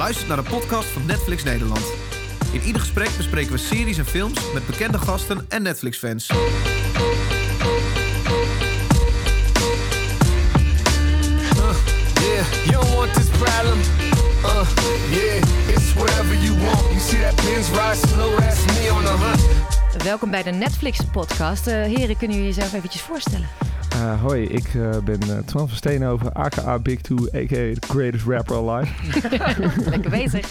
luistert naar de podcast van Netflix Nederland. In ieder gesprek bespreken we series en films met bekende gasten en Netflix-fans. Yeah, you don't want this problem. Yeah, it's whatever you want. You see that Benz ride slow, that's me on the hunt. Welkom bij de Netflix-podcast. Heren, kunnen jullie jezelf eventjes voorstellen? Hoi, ik ben Twan van Steenhoven, aka Big Two, a.k.a. the greatest rapper alive. Lekker bezig.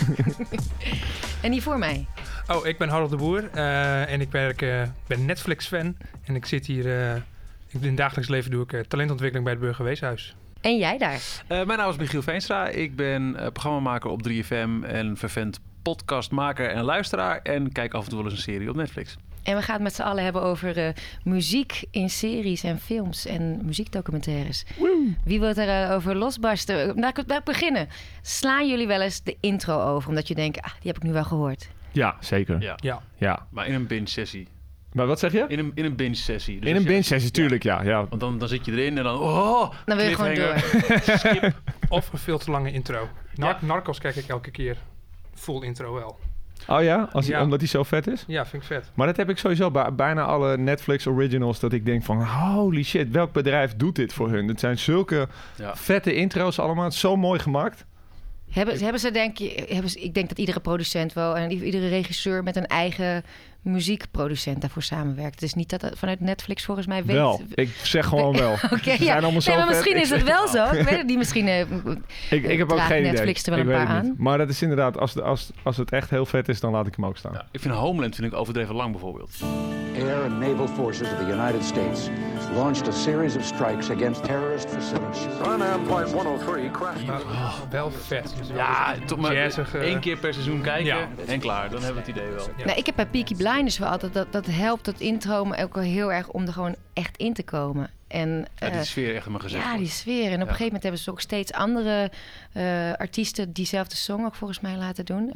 En hier voor mij? Oh, ik ben Harold de Boer en ik ben Netflix-fan. En ik zit hier, in het dagelijks leven doe ik talentontwikkeling bij het Burgerweeshuis. En jij daar? Mijn naam is Michiel Veenstra. Ik ben programmamaker op 3FM en vervent podcastmaker en luisteraar. En kijk af en toe wel eens een serie op Netflix. En we gaan het met z'n allen hebben over muziek in series en films en muziekdocumentaires. Woe. Wie wil er over losbarsten? Laat ik beginnen. Slaan jullie wel eens de intro over, omdat je denkt, die heb ik nu wel gehoord? Ja, zeker. Ja. Maar in een binge-sessie. Maar wat zeg je? In een binge-sessie. Dus in een binge-sessie, tuurlijk, ja. Want dan zit je erin en dan wil je gewoon door. Skip. Of een veel te lange intro. Narcos kijk ik elke keer. Full intro wel. Oh ja? Omdat hij zo vet is? Ja, vind ik vet. Maar dat heb ik sowieso bij bijna alle Netflix originals. Dat ik denk van, holy shit, welk bedrijf doet dit voor hun? Het zijn zulke vette intro's allemaal. Het is zo mooi gemaakt. Hebben ze ik denk dat iedere producent wel en iedere regisseur met een eigen muziekproducent daarvoor samenwerkt. Het is niet dat vanuit Netflix volgens mij weet... Wel, ik zeg gewoon wel. Okay, maar misschien is het wel zo. Ik weet het niet, misschien ik heb ook geen Netflix idee. er wel een paar aan. Maar dat is inderdaad, als het echt heel vet is, dan laat ik hem ook staan. Ja, ik vind Homeland overdreven lang bijvoorbeeld. Air and naval forces of the United States launched a series of strikes against terrorist facilities. Pan-Am Flight 103 crashed. Wel vet. Dus ja, toch maar jazzige... 1 keer per seizoen kijken en klaar. Dan hebben we het idee wel. Ja. Nou, ik heb bij Peaky Blinders wel altijd... Dat helpt, dat intro, maar ook wel heel erg om er gewoon echt in te komen. En, die sfeer echt in mijn gezicht. Ja, die sfeer. En op een gegeven moment hebben ze ook steeds andere artiesten diezelfde song ook volgens mij laten doen.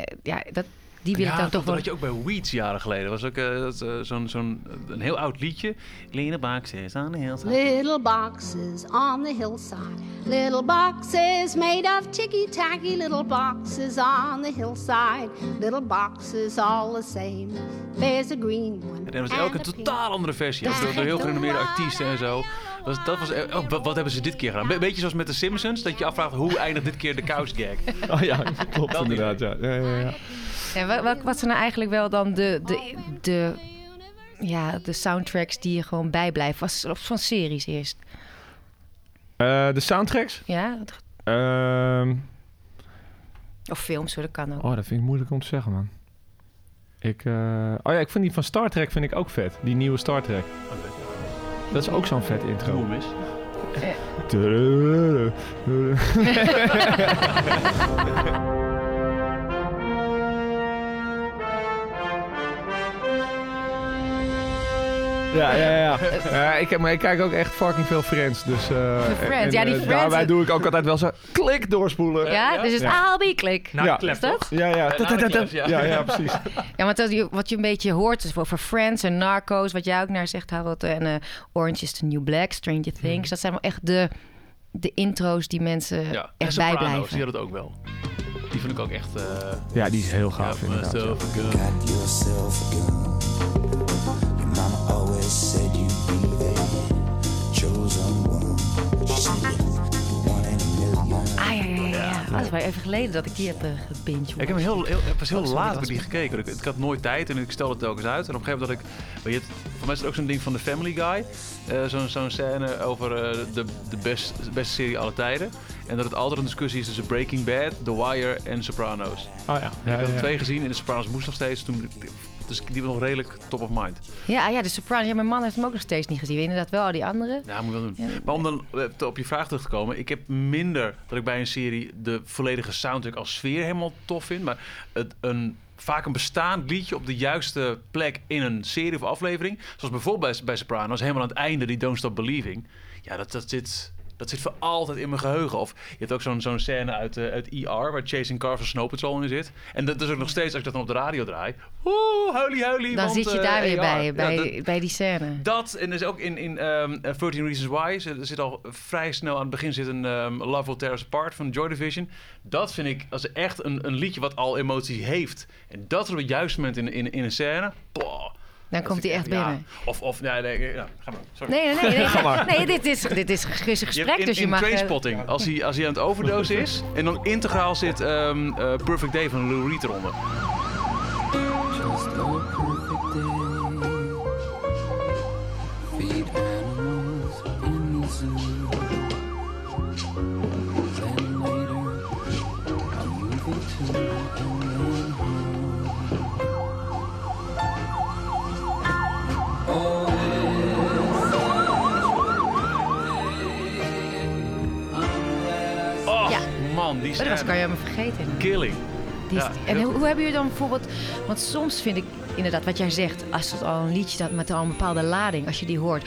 Die wil ik dan toch wel... Dat had je ook bij Weeds jaren geleden. Was ook een heel oud liedje. Little boxes on the hillside. Little boxes on the hillside. Little boxes made of ticky-tacky. Little boxes on the hillside. Little boxes all the same. There's a green one. En er was elke totaal andere versie. Door heel gerenommeerde artiesten en zo. Wat hebben ze dit keer gedaan? Beetje zoals met de Simpsons. Dat je afvraagt, hoe eindigt dit keer de Couch Gag? Oh ja, klopt inderdaad. Ja. Ja, wat zijn nou eigenlijk wel dan de soundtracks die je gewoon bijblijven? Of van series eerst? De soundtracks? Ja. Of films, dat kan ook. Oh, dat vind ik moeilijk om te zeggen, man. Ik vind die van Star Trek vind ik ook vet. Die nieuwe Star Trek. Dat is ook zo'n vet intro. Hoe mis? Ja. Ik kijk ook echt fucking veel Friends. Dus, Friends. Die Friends. Daarbij doe ik ook altijd wel zo klik doorspoelen. Ja, dus het I'll be klik. Nou, is dat? Ja, precies. Ja, maar wat je een beetje hoort is over Friends en Narcos, wat jij ook naar zegt, Harold. En Orange is the New Black, Stranger Things. Dat zijn wel echt de intro's die mensen echt bijblijven. Die hadden het ook wel. Die vind ik ook echt... Ja, die is heel gaaf inderdaad. Got yourself a gun. Your mama always said you'd be the chosen one. She said you're one in a million. Ja. Dat is wel even geleden dat ik die heb gebinged. Ik heb heel laat bij die gekeken. Ik had nooit tijd en ik stelde het telkens uit. En op een gegeven moment voor mij is het ook zo'n ding van The Family Guy. Zo'n scène over de beste serie aller tijden. En dat het altijd een discussie is tussen Breaking Bad, The Wire en Sopranos. Oh ja. Ik heb er 2 gezien en de Sopranos moest nog steeds. Dus die was nog redelijk top of mind. Ja, de Sopranos. Ja, mijn man heeft hem ook nog steeds niet gezien. Inderdaad wel al die andere. Ja, moet wel doen. Ja. Maar om dan op je vraag terug te komen. Ik heb minder dat ik bij een serie de volledige soundtrack als sfeer helemaal tof vind. Maar vaak een bestaand liedje op de juiste plek in een serie of aflevering. Zoals bijvoorbeeld bij Sopranos. Helemaal aan het einde die Don't Stop Believing. Ja, dat zit Dat zit voor altijd in mijn geheugen. Of je hebt ook zo'n scène uit ER... waar Chasing Cars van Snow Patrol in zit. En dat is ook nog steeds, als ik dat dan op de radio draai... holy. Dan zit je daar weer bij die scène. Dat, en dus ook in 13 Reasons Why... er zit al vrij snel aan het begin zit een Love Will Tear Us Apart van Joy Division. Dat vind ik als echt een liedje wat al emotie heeft. En dat op het juiste moment in een scène... Dan komt hij echt binnen. Ga maar. Sorry. Nee. Ga maar. Nee, dit is een gesprek, dus je mag... In Trainspotting, als hij aan het overdose is... en dan integraal zit Perfect Day van Lou Reed eronder. Just a perfect day. Feed animals in the zoo. Then later, a movie too, and then home. Oh, Man, die scène. Dat kan je me vergeten. Killing. En hoe hebben jullie dan bijvoorbeeld... Want soms vind ik inderdaad wat jij zegt... als het al een liedje dat met al een bepaalde lading... als je die hoort,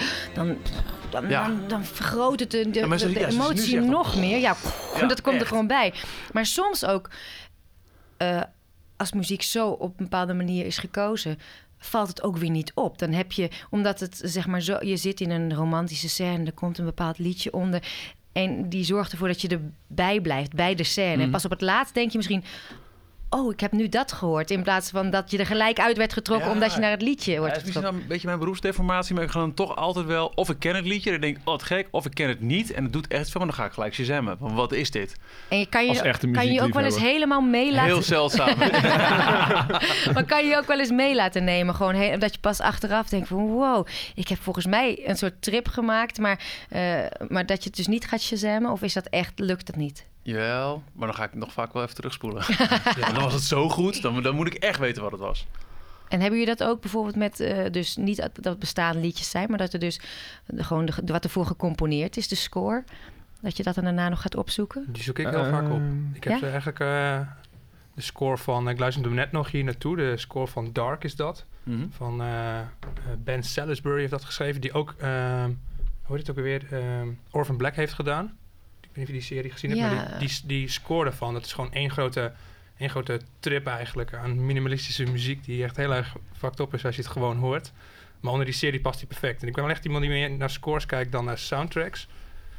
dan vergroot het de emotie nog meer. Ja, dat komt er gewoon bij. Maar soms ook... als muziek zo op een bepaalde manier is gekozen... valt het ook weer niet op. Dan heb je... Omdat het zeg maar zo... Je zit in een romantische scène... er komt een bepaald liedje onder... En die zorgt ervoor dat je erbij blijft, bij de scène. En pas op het laatst denk je misschien... oh, ik heb nu dat gehoord. In plaats van dat je er gelijk uit werd getrokken... omdat je naar het liedje wordt getrokken. Het is misschien een beetje mijn beroepsdeformatie... maar ik ga dan toch altijd wel... of ik ken het liedje en denk wat gek... of ik ken het niet en het doet echt veel... maar dan ga ik gelijk shazammen. Want wat is dit? En kan je ook wel eens helemaal meelaten... Heel zeldzaam. Maar kan je ook wel eens meelaten nemen? Gewoon dat je pas achteraf denkt van... wow, ik heb volgens mij een soort trip gemaakt... maar dat je het dus niet gaat shazammen... of is dat echt, lukt het niet? Jawel, maar dan ga ik nog vaak wel even terugspoelen. Dan was het zo goed, dan moet ik echt weten wat het was. En hebben jullie dat ook bijvoorbeeld met... dus niet dat bestaande liedjes zijn... maar dat er dus gewoon wat ervoor gecomponeerd is, de score... dat je dat dan daarna nog gaat opzoeken? Die zoek ik heel vaak op. Ik heb eigenlijk de score van... ik luisterde net nog hier naartoe. De score van Dark is dat. Mm-hmm. Van Ben Salisbury heeft dat geschreven. Die ook, hoe heet het ook alweer? Orphan Black heeft gedaan. Ik weet niet of je die serie gezien hebt, maar die score daarvan, dat is gewoon één grote trip eigenlijk aan minimalistische muziek die echt heel erg fucked up is als je het gewoon hoort. Maar onder die serie past die perfect. En ik ben wel echt iemand die meer naar scores kijkt dan naar soundtracks.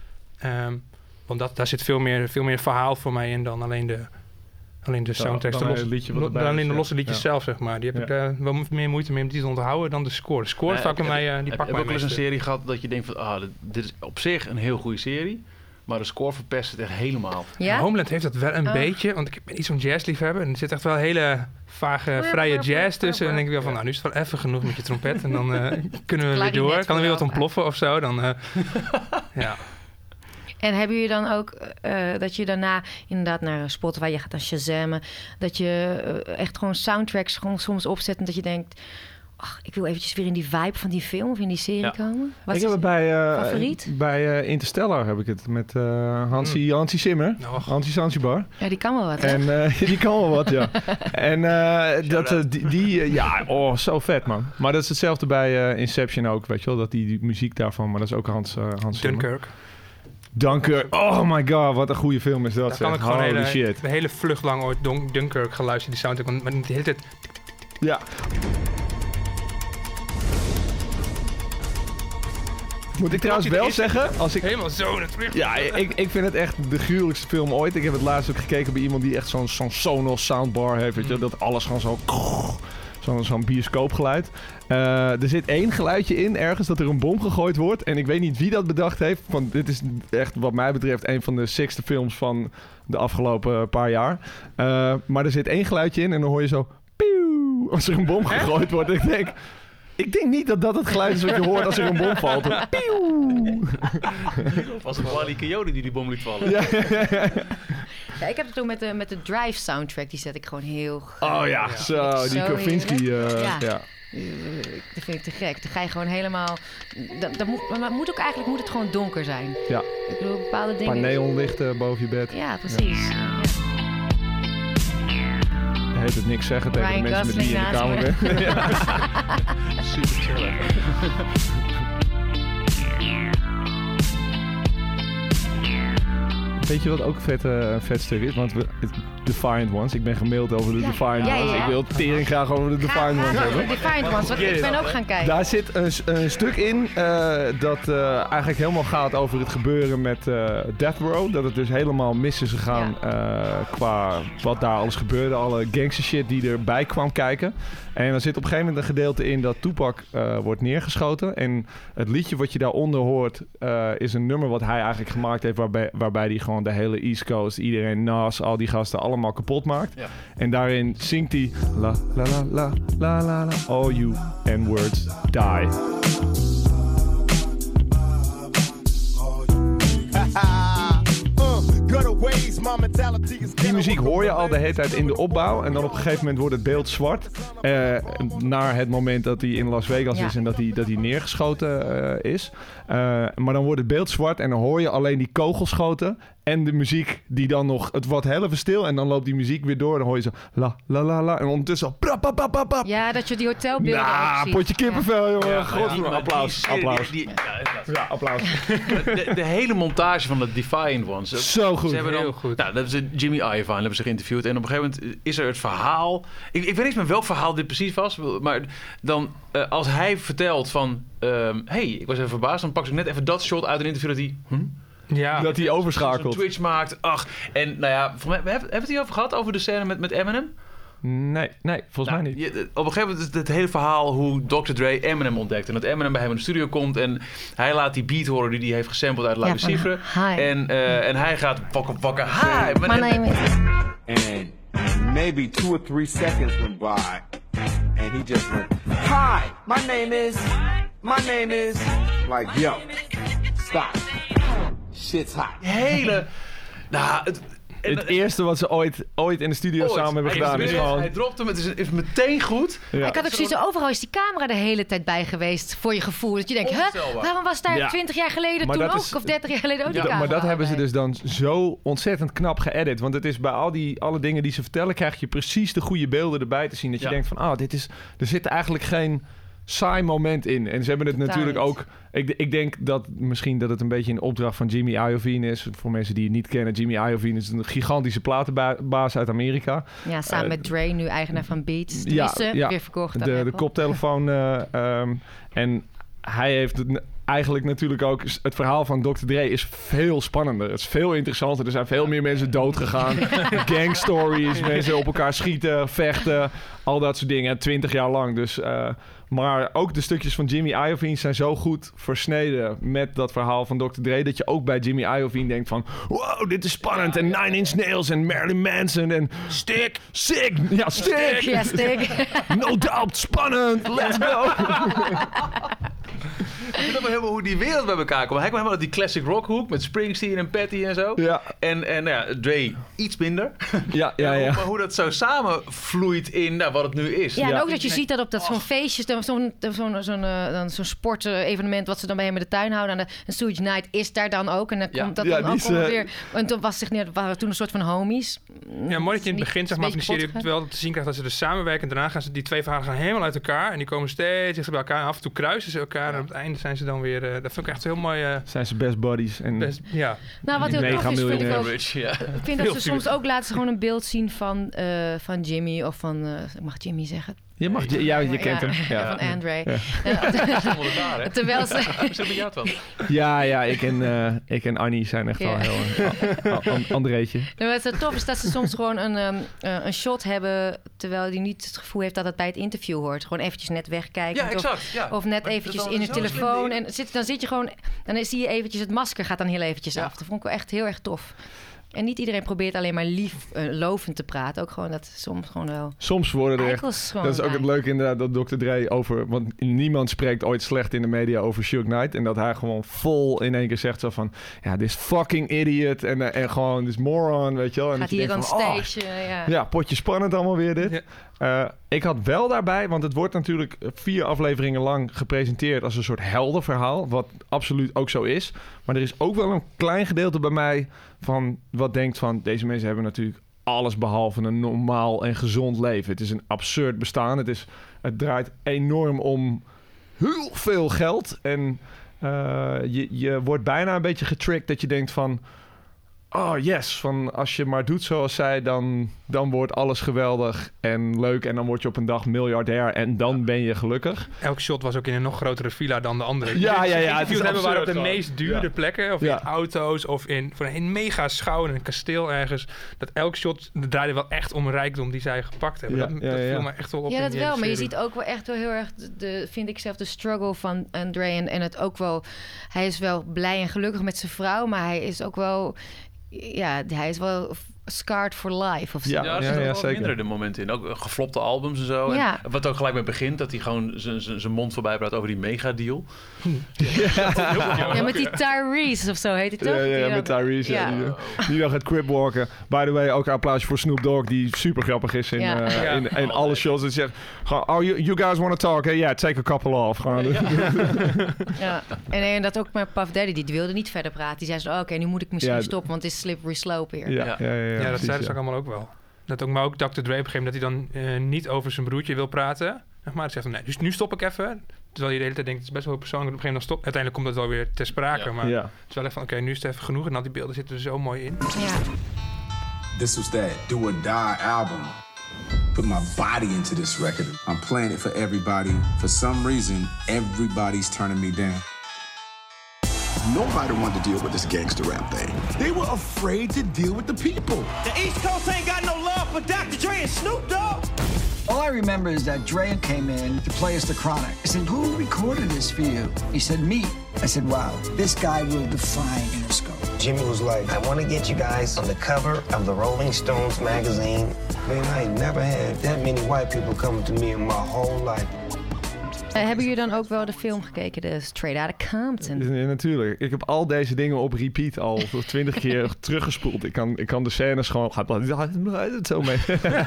Want daar zit veel meer verhaal voor mij in dan alleen de soundtracks. Dan alleen de losse liedjes zelf, zeg maar. Die heb ik wel meer moeite mee om die te onthouden dan de score. De score vaak bij mij, die pakt mij. Ik heb ook wel eens een serie gehad dat je denkt van, dit is op zich een heel goede serie. Maar de score verpest het echt helemaal. Ja? Homeland heeft dat wel een beetje. Want ik ben niet zo'n jazzliefhebber. En er zit echt wel hele vage, vrije jazz tussen. En dan denk ik wel van, nou, nu is het wel even genoeg met je trompet. En dan kunnen we weer door. Kan er weer wat ontploffen of zo. Dan, ja. En hebben jullie dan ook dat je daarna inderdaad naar Spotify, je gaat dan shazammen, dat je echt gewoon soundtracks gewoon soms opzet en dat je denkt... Ach, ik wil eventjes weer in die vibe van die film of in die serie komen. Wat ik heb het bij favoriet? Bij Interstellar heb ik het met Hansi Zimmer. Hansi Zanzibar. Ja, die kan wel wat. En die kan wel wat, ja. En zo vet, man. Maar dat is hetzelfde bij Inception ook, weet je wel, dat die muziek daarvan, maar dat is ook Hans Dunkirk. Dunkirk. Oh my god, wat een goede film is dat. Daar kan ik gewoon de hele vlucht lang ooit Dunkirk geluisterd, die soundtrack, maar de hele tijd... Ja. Moet ik trouwens wel zeggen... Als ik, helemaal zo terug. Ja, ik vind het echt de gruwelijkste film ooit. Ik heb het laatst ook gekeken bij iemand die echt zo'n Sonos soundbar heeft. Weet je, dat alles gewoon zo'n bioscoopgeluid. Er zit één geluidje in ergens dat er een bom gegooid wordt. En ik weet niet wie dat bedacht heeft. Want dit is echt wat mij betreft een van de sixte films van de afgelopen paar jaar. Maar er zit één geluidje in en dan hoor je zo... Pieuw, als er een bom gegooid wordt. Ik denk niet dat het geluid is wat je hoort als er een bom valt. Pieuw. Was het Wally Coyote die bom liet vallen? Ja, ik heb het ook met de Drive soundtrack. Die zet ik gewoon heel... Oh ja, die Kovinski. Ja. Dat vind ik te gek. Dan ga je gewoon helemaal... moet het gewoon donker zijn. Ja. Ik bedoel, bepaalde dingen... Een paar neonlichten boven je bed. Ja, precies. Ja. Heet het niks zeggen tegen de mensen met wie je in de kamer bent. Super chiller. Weet je wat ook een vet stuk is? Want Defiant Ones. Ik ben gemaild over de Defiant Ones. Ik wil tering graag over de Defiant Ones hebben. Defiant Ones, want ik ben ook gaan kijken. Daar zit een stuk in dat eigenlijk helemaal gaat over het gebeuren met Death Row. Dat het dus helemaal mis is gegaan qua wat daar alles gebeurde. Alle gangster shit die erbij kwam kijken. En er zit op een gegeven moment een gedeelte in dat Tupac wordt neergeschoten. En het liedje wat je daaronder hoort is een nummer wat hij eigenlijk gemaakt heeft waarbij hij gewoon de hele East Coast, iedereen, Nas, al die gasten allemaal kapot maakt. Ja. En daarin zingt hij la la la la la la la all you N-words die. Die muziek hoor je al de hele tijd in de opbouw. En dan op een gegeven moment wordt het beeld zwart. Naar het moment dat hij in Las Vegas is en dat hij neergeschoten is. Maar dan wordt het beeld zwart en dan hoor je alleen die kogelschoten. En de muziek die dan nog... Het wordt heel even stil en dan loopt die muziek weer door. Dan hoor je zo la la la la. En ondertussen al... Ja, dat je die hotelbeelden ook ziet. Potje kippenvel, jongen. Ja, applaus. Applaus. De hele montage van de Defiant Ones. Zo goed. Ze hebben dan, heel goed. Nou, dat hebben ze Jimmy Iovine hebben ze geïnterviewd. En op een gegeven moment is er het verhaal... Ik weet niet meer welk verhaal dit precies was. Maar dan als hij vertelt van... hey, ik was even verbaasd. Dan pak ik net even dat shot uit een interview dat hij... Ja, dat hij overschakelt. Een Twitch maakt. Ach, en nou ja, we hebben het hier over gehad, over de scène met Eminem? Nee, volgens mij niet. Op een gegeven moment is het hele verhaal hoe Dr. Dre Eminem ontdekt. En dat Eminem bij hem in de studio komt en hij laat die beat horen die hij heeft gesampled uit La Lucifre. En hij gaat pakken. Hi, my name is... And maybe 2 or 3 seconds went by and he just went, hi, my name is... Like, yo, stop. Shit's hot. Hele... Nou, het eerste wat ze ooit in de studio samen hebben gedaan is gewoon... Hij dropt hem, het is meteen goed. Ja. Ik had ook zoiets, overal is die camera de hele tijd bij geweest voor je gevoel. Dat je denkt, waarom was daar 20 jaar geleden toen ook, of 30 jaar geleden ook die camera? Maar dat hebben ze dus dan zo ontzettend knap geëdit. Want het is bij alle dingen die ze vertellen, krijg je precies de goede beelden erbij te zien. Dat je denkt van, er zit eigenlijk geen saai moment in. En ze hebben het natuurlijk ook... Ik denk dat misschien dat het een beetje een opdracht van Jimmy Iovine is. Voor mensen die het niet kennen, Jimmy Iovine is een gigantische platenbaas uit Amerika. Ja, samen met Dre, nu eigenaar van Beats. Weer verkocht. De koptelefoon. En hij heeft eigenlijk natuurlijk ook... Het verhaal van Dr. Dre is veel spannender. Het is veel interessanter. Er zijn veel meer mensen doodgegaan. Gangstories, mensen op elkaar schieten, vechten. Al dat soort dingen. 20 jaar lang. Dus... maar ook de stukjes van Jimmy Iovine zijn zo goed versneden met dat verhaal van Dr. Dre, dat je ook bij Jimmy Iovine denkt van, wow, dit is spannend. En 9 Inch Nails en Marilyn Manson en Stick. Ja, Stick. Ja, Stick. No doubt, spannend. Let's go. Ik weet ook helemaal hoe die wereld bij elkaar komt. Hij kwam helemaal uit die classic rock hoek met Springsteen en Patty en zo. Ja. En nou ja, Dre iets minder. Ja. Maar hoe dat zo samenvloeit in wat het nu is. Ja, en ook dat je ziet dat op zo'n feestje, zo'n sportevenement wat ze dan bij hem in de tuin houden. En een Suge Knight is daar dan ook. En dan komt dat dan ook weer. En toen waren toen een soort van homies. Ja, mooi dat je in het begin zeg maar van die serie wel te zien krijgt dat ze dus samenwerken. En daarna gaan die twee verhalen helemaal uit elkaar. En die komen steeds dichter bij elkaar. En af en toe kruisen ze elkaar. En op het einde zijn ze dan weer... dat vind ik echt heel mooi... zijn ze best buddies. En nou, wat heel tof is, vind ik ook... Ik vind dat ze soms ook laten gewoon een beeld zien van Jimmy of van... ik mag Jimmy zeggen. Je mag, je kent hem. Ja. Van Andre. Ja. Terwijl ze... Ja, ik en Annie zijn echt wel heel... Andreetje. Nou, wat zo tof is dat ze soms gewoon een shot hebben, terwijl hij niet het gevoel heeft dat het bij het interview hoort. Gewoon eventjes net wegkijken. Ja, exact. Of net eventjes in je telefoon. En dan zit je gewoon... Dan zie je eventjes, het masker gaat dan heel eventjes af. Dat vond ik wel echt heel erg tof. En niet iedereen probeert alleen maar lovend te praten. Ook gewoon dat soms gewoon wel... Soms worden er echt... Dat is ook het leuke inderdaad dat Dr. Dre over... Want niemand spreekt ooit slecht in de media over Suge Knight. En dat hij gewoon vol in één keer zegt zo van... Ja, this fucking idiot. En gewoon this moron, weet je wel. En gaat hier dan stage... Ja, potje spannend allemaal weer dit. Ja. Ik had wel daarbij, want het wordt natuurlijk 4 afleveringen lang gepresenteerd als een soort heldenverhaal. Wat absoluut ook zo is. Maar er is ook wel een klein gedeelte bij mij van wat denkt van... Deze mensen hebben natuurlijk alles behalve een normaal en gezond leven. Het is een absurd bestaan. Het draait enorm om heel veel geld. En je wordt bijna een beetje getricked dat je denkt van... Oh yes, van als je maar doet zoals zij, dan wordt alles geweldig en leuk. En dan word je op een dag miljardair en dan ben je gelukkig. Elk shot was ook in een nog grotere villa dan de andere. Ja. Het is hebben waren op de meest dure plekken. Of in auto's of voor een mega schouw in een kasteel ergens. Dat elk shot draaide wel echt om rijkdom die zij gepakt hebben. Dat viel me echt wel op. Ja, dat wel. serie. Maar je ziet ook wel echt wel heel erg, vind ik zelf, de struggle van André. En het ook wel, hij is wel blij en gelukkig met zijn vrouw, maar hij is ook wel... Ja, hij is wel scarred for life of zo. Ja, er zitten wel mindere de momenten in. Ook geflopte albums en zo. Ja. En wat ook gelijk mee begint, dat hij gewoon zijn mond voorbij praat over die megadeal. Ja, met die Tyrese of zo heet hij toch? Ja, met Tyrese. Ja. Die nog gaat cripwalken. By the way, ook een applausje voor Snoop Dogg, die super grappig is in alle shows. Dat zegt gewoon, oh, you guys want to talk? Yeah, take a couple off. Ja. En dat ook met Puff Daddy, die wilde niet verder praten. Die zei zo, oké, nu moet ik misschien stoppen, want het is slippery slope hier. Ja, dat zeiden ze ook allemaal ook wel. Maar ook Dr. Dre op een gegeven moment dat hij dan niet over zijn broertje wil praten. Maar hij zegt van, nee, dus nu stop ik even. Terwijl je de hele tijd denkt, het is best wel persoonlijk. Op een gegeven moment uiteindelijk komt het wel weer ter sprake. Maar het is wel echt van, oké, nu is het even genoeg. En al die beelden zitten er zo mooi in. Ja. This was that do or die album. Put my body into this record. I'm playing it for everybody. For some reason, everybody's turning me down. Nobody wanted to deal with this gangster rap thing. They were afraid to deal with the people. The East Coast ain't got no love for Dr. Dre and Snoop Dogg. All I remember is that Dre came in to play us The Chronic. I said, who recorded this for you? He said, me. I said, wow, this guy will define Interscope. Jimmy was like, I want to get you guys on the cover of the Rolling Stones magazine. Man, I ain't never had that many white people coming to me in my whole life. Hebben jullie dan ook wel de film gekeken, de Straight Outta Compton? Ja, natuurlijk. Ik heb al deze dingen op repeat al 20 keer teruggespoeld. Ik kan de scènes gewoon... zo mee.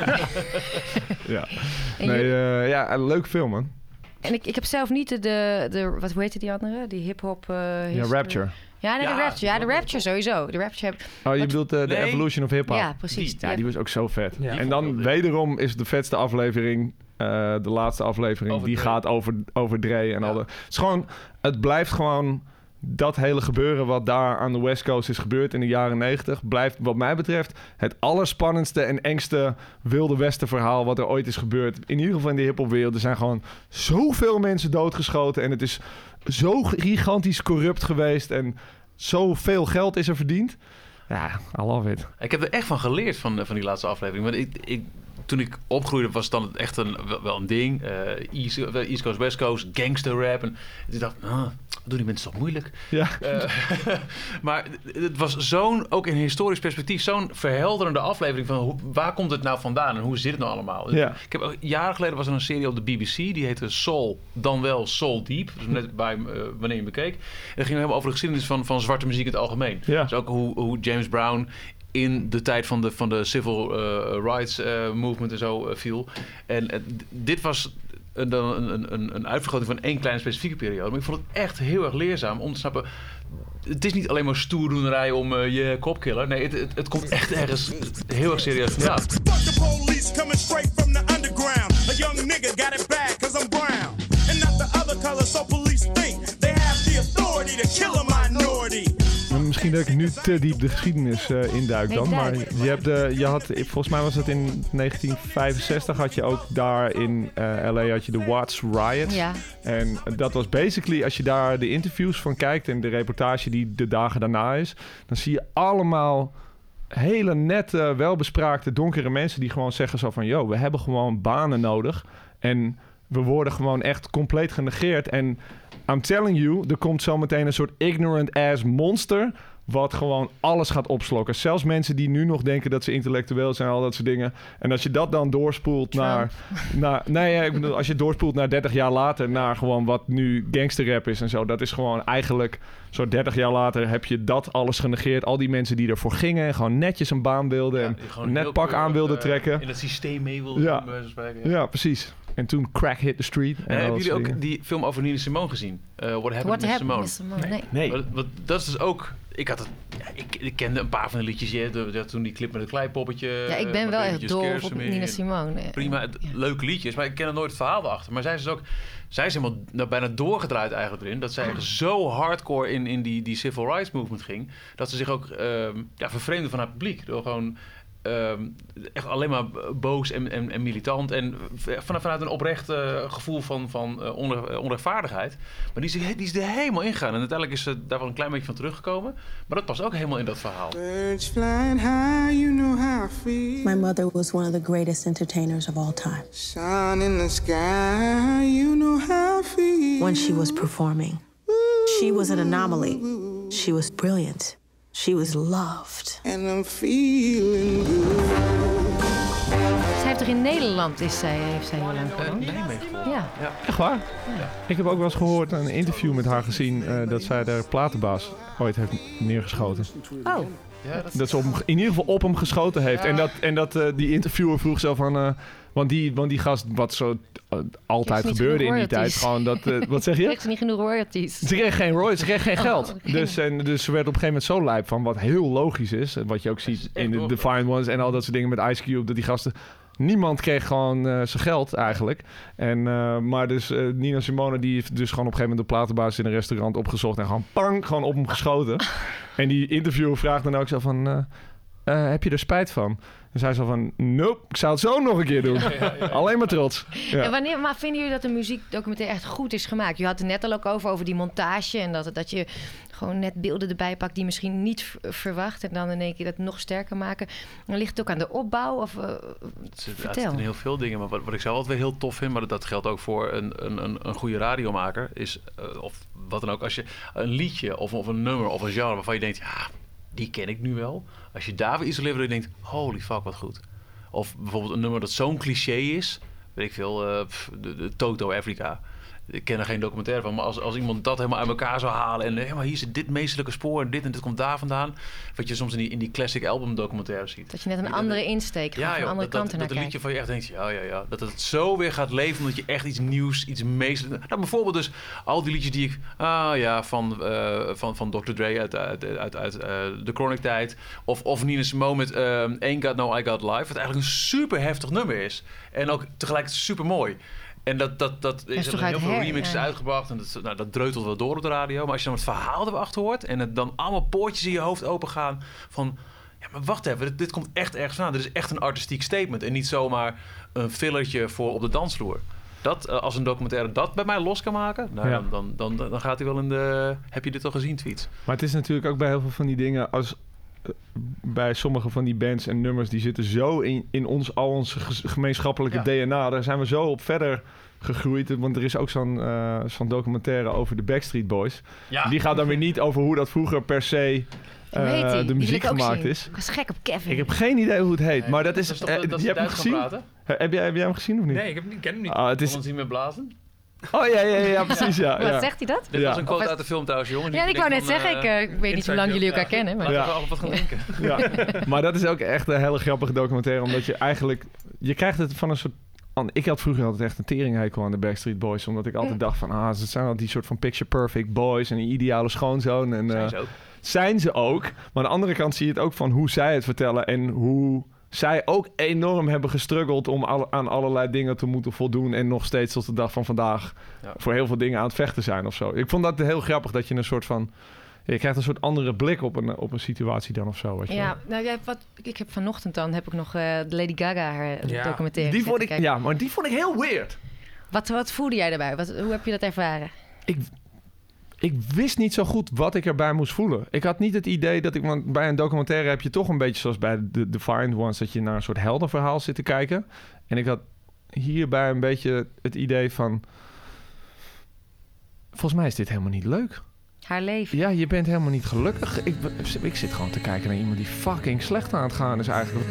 Een leuke film, man. En ik heb zelf niet hoe heette die andere? Die hip-hop... Rapture. Ja, de Rapture. Ja, de Rapture sowieso. De Rapture je bedoelt de Evolution of Hip-Hop? Ja, precies. Die was ook zo vet. Ja. En dan wederom is de vetste aflevering... de laatste aflevering, die gaat over Dre en al dat. Het is gewoon... Het blijft gewoon... Dat hele gebeuren wat daar aan de West Coast is gebeurd in de jaren 90... blijft wat mij betreft het allerspannendste en engste Wilde Westen verhaal wat er ooit is gebeurd. In ieder geval in de hiphopwereld. Er zijn gewoon zoveel mensen doodgeschoten en het is zo gigantisch corrupt geweest en zoveel geld is er verdiend. Ja, I love it. Ik heb er echt van geleerd van die laatste aflevering. Want toen ik opgroeide was dan echt wel een ding. East Coast, West Coast, gangster rap. En ik dacht, wat doen die mensen toch moeilijk? Ja. Maar het was ook in historisch perspectief, zo'n verhelderende aflevering van waar komt het nou vandaan en hoe zit het nou allemaal? Ja. Jaren geleden was er een serie op de BBC, die heette Soul, dan wel Soul Deep. Dus net bij wanneer je bekeek. En dat ging helemaal over de geschiedenis van zwarte muziek in het algemeen. Ja. Dus ook hoe James Brown in de tijd van de civil rights movement en zo viel. En dit was een uitvergroting van één kleine specifieke periode. Maar ik vond het echt heel erg leerzaam om te snappen... Het is niet alleen maar stoerdoenerij om je kopkiller. Nee, het komt echt ergens heel erg serieus vandaan. Fuck the police coming straight from the underground. A young nigga got it bad cause I'm brown. And not the other color, so police think they have the authority to kill a minority. Misschien dat ik nu te diep de geschiedenis induik dan. Maar je had, volgens mij was het in 1965 had je ook daar in LA had je de Watts Riots. Ja. En dat was basically, als je daar de interviews van kijkt en de reportage die de dagen daarna is, dan zie je allemaal hele nette, welbespraakte, donkere mensen die gewoon zeggen zo van, yo, we hebben gewoon banen nodig. En we worden gewoon echt compleet genegeerd. En I'm telling you, er komt zometeen een soort ignorant ass monster wat gewoon alles gaat opslokken. Zelfs mensen die nu nog denken dat ze intellectueel zijn, al dat soort dingen. En als je dat dan doorspoelt ik bedoel, als je doorspoelt naar 30 jaar later, naar gewoon wat nu gangsterrap is en zo. Dat is gewoon eigenlijk, zo 30 jaar later heb je dat alles genegeerd. Al die mensen die ervoor gingen en gewoon netjes een baan wilden en een net pak aan wilden trekken. In het systeem mee wilden spreken. Ja, precies. En toen crack hit the street. Hebben jullie ook die film over Nina Simone gezien? What Happened to Simone? Nee. Dat is dus ook... ik kende een paar van de liedjes. Toen die clip met het kleipoppetje. Ja, ik ben wel echt dol op Nina Simone. Prima, leuke liedjes. Maar ik ken er nooit het verhaal erachter. Maar zij is helemaal bijna doorgedraaid eigenlijk erin. Dat zij echt zo hardcore in die civil rights movement ging. Dat ze zich ook vervreemde van haar publiek. Door gewoon echt alleen maar boos en militant. En vanuit een oprecht gevoel van onrechtvaardigheid. Maar die is er helemaal ingegaan. En uiteindelijk is ze daar wel een klein beetje van teruggekomen. Maar dat past ook helemaal in dat verhaal. Birds flying high, you know how I feel. My mother was one of the greatest entertainers of all time. Sun in the sky, you know how I feel. When she was performing, she was an anomaly. She was brilliant. She was loved. And I'm feeling good. Zij heeft toch in Nederland heeft zij heel lang gewoond? Ja. Echt waar? Ja. Ik heb ook wel eens gehoord, een interview met haar gezien, dat zij de platenbaas ooit heeft neergeschoten. Oh. Ja, dat ze in ieder geval op hem geschoten heeft. Ja. En dat die interviewer vroeg zo van... Want die gast, wat zo altijd gebeurde in die tijd, gewoon dat... wat zeg je? Ze kreeg niet genoeg royalties. Ze kreeg geen royalties, ze kreeg geen geld. Dus ze werd op een gegeven moment zo lijp van, wat heel logisch is. Wat je ook ziet in de Defiant Ones en al dat soort dingen met Ice Cube, dat die gasten... Niemand kreeg gewoon zijn geld eigenlijk. Maar dus Nina Simone die heeft dus gewoon op een gegeven moment de platenbaas in een restaurant opgezocht en gewoon op hem geschoten. En die interviewer vraagt dan ook zo van... heb je er spijt van? En zij zo van, nope, ik zou het zo nog een keer doen. Alleen maar trots. Ja. En maar vinden jullie dat de muziekdocumentaire echt goed is gemaakt? Je had het net al ook over die montage en dat je gewoon net beelden erbij pakt die misschien niet verwacht en dan in één keer dat nog sterker maken. Dan ligt het ook aan de opbouw of vertel. Het zitten heel veel dingen, maar wat ik zelf altijd weer heel tof vind, maar dat geldt ook voor een goede radiomaker, is of wat dan ook, als je een liedje of een nummer of een genre waarvan je denkt, ja, die ken ik nu wel. Als je daar weer iets levert, dan je denkt, holy fuck, wat goed. Of bijvoorbeeld een nummer dat zo'n cliché is. Weet ik veel, de Toto Africa. Ik ken er geen documentaire van, maar als iemand dat helemaal uit elkaar zou halen en maar hier zit dit meestelijke spoor en dit komt daar vandaan. Wat je soms in die classic album documentaires ziet. Dat je net een andere insteek van een andere kant naar kijkt. Dat een liedje van je echt denkt, ja. Dat het zo weer gaat leven omdat je echt iets nieuws, iets meestelijks... Nou, bijvoorbeeld dus al die liedjes die ik... van Dr. Dre uit de Chronic tijd. Of Nina Simone met Ain't Got No I Got Life. Wat eigenlijk een super heftig nummer is. En ook tegelijkertijd super mooi. En dat is er heel veel remixes uitgebracht. En dat dreutelt wel door op de radio. Maar als je dan het verhaal erachter hoort... en het dan allemaal poortjes in je hoofd opengaan... van, ja, maar wacht even, dit komt echt ergens vandaan. Dit is echt een artistiek statement. En niet zomaar een fillertje voor op de dansvloer. Als een documentaire dat bij mij los kan maken... Nou, dan gaat hij wel in de... Heb je dit al gezien, tweets? Maar het is natuurlijk ook bij heel veel van die dingen... bij sommige van die bands en nummers... die zitten zo in al ons gemeenschappelijke DNA. Daar zijn we zo op verder gegroeid. Want er is ook zo'n documentaire over de Backstreet Boys. Ja. Die gaat dan weer niet over hoe dat vroeger per se... de muziek gemaakt is. Ik was gek op Kevin. Ik heb geen idee hoe het heet. Maar dat is... je hebt hem gezien? Heb jij hem gezien of niet? Nee, ik ken hem niet. Het is... zien met blazen? Oh ja, precies, ja. Wat zegt hij dat? Dit was een quote uit de film trouwens, jongen. Ja, ik wou net zeggen, ik weet niet hoe lang jullie elkaar kennen. Maar... Laten we al wat gaan denken. Ja. Maar dat is ook echt een hele grappige documentaire, omdat je eigenlijk... Je krijgt het van een soort... Ik had vroeger altijd echt een teringhekel aan de Backstreet Boys, omdat ik altijd dacht van... ze zijn al die soort van picture perfect boys en een ideale schoonzoon. En, zijn ze ook. Maar aan de andere kant zie je het ook van hoe zij het vertellen en hoe... zij ook enorm hebben gestruggeld om aan allerlei dingen te moeten voldoen... en nog steeds tot de dag van vandaag voor heel veel dingen aan het vechten zijn of zo. Ik vond dat heel grappig dat je een soort van... Je krijgt een soort andere blik op een situatie dan of zo. Weet je ja, nou, ik heb vanochtend dan heb ik nog Lady Gaga haar documentaire die vond ik, maar die vond ik heel weird. Wat voelde jij daarbij? Hoe heb je dat ervaren? Ik wist niet zo goed wat ik erbij moest voelen. Ik had niet het idee dat want bij een documentaire heb je toch een beetje zoals bij The Defiant Ones... dat je naar een soort heldenverhaal zit te kijken. En ik had hierbij een beetje het idee van... Volgens mij is dit helemaal niet leuk. Haar leven. Ja, je bent helemaal niet gelukkig. Ik zit gewoon te kijken naar iemand die fucking slecht aan het gaan is eigenlijk.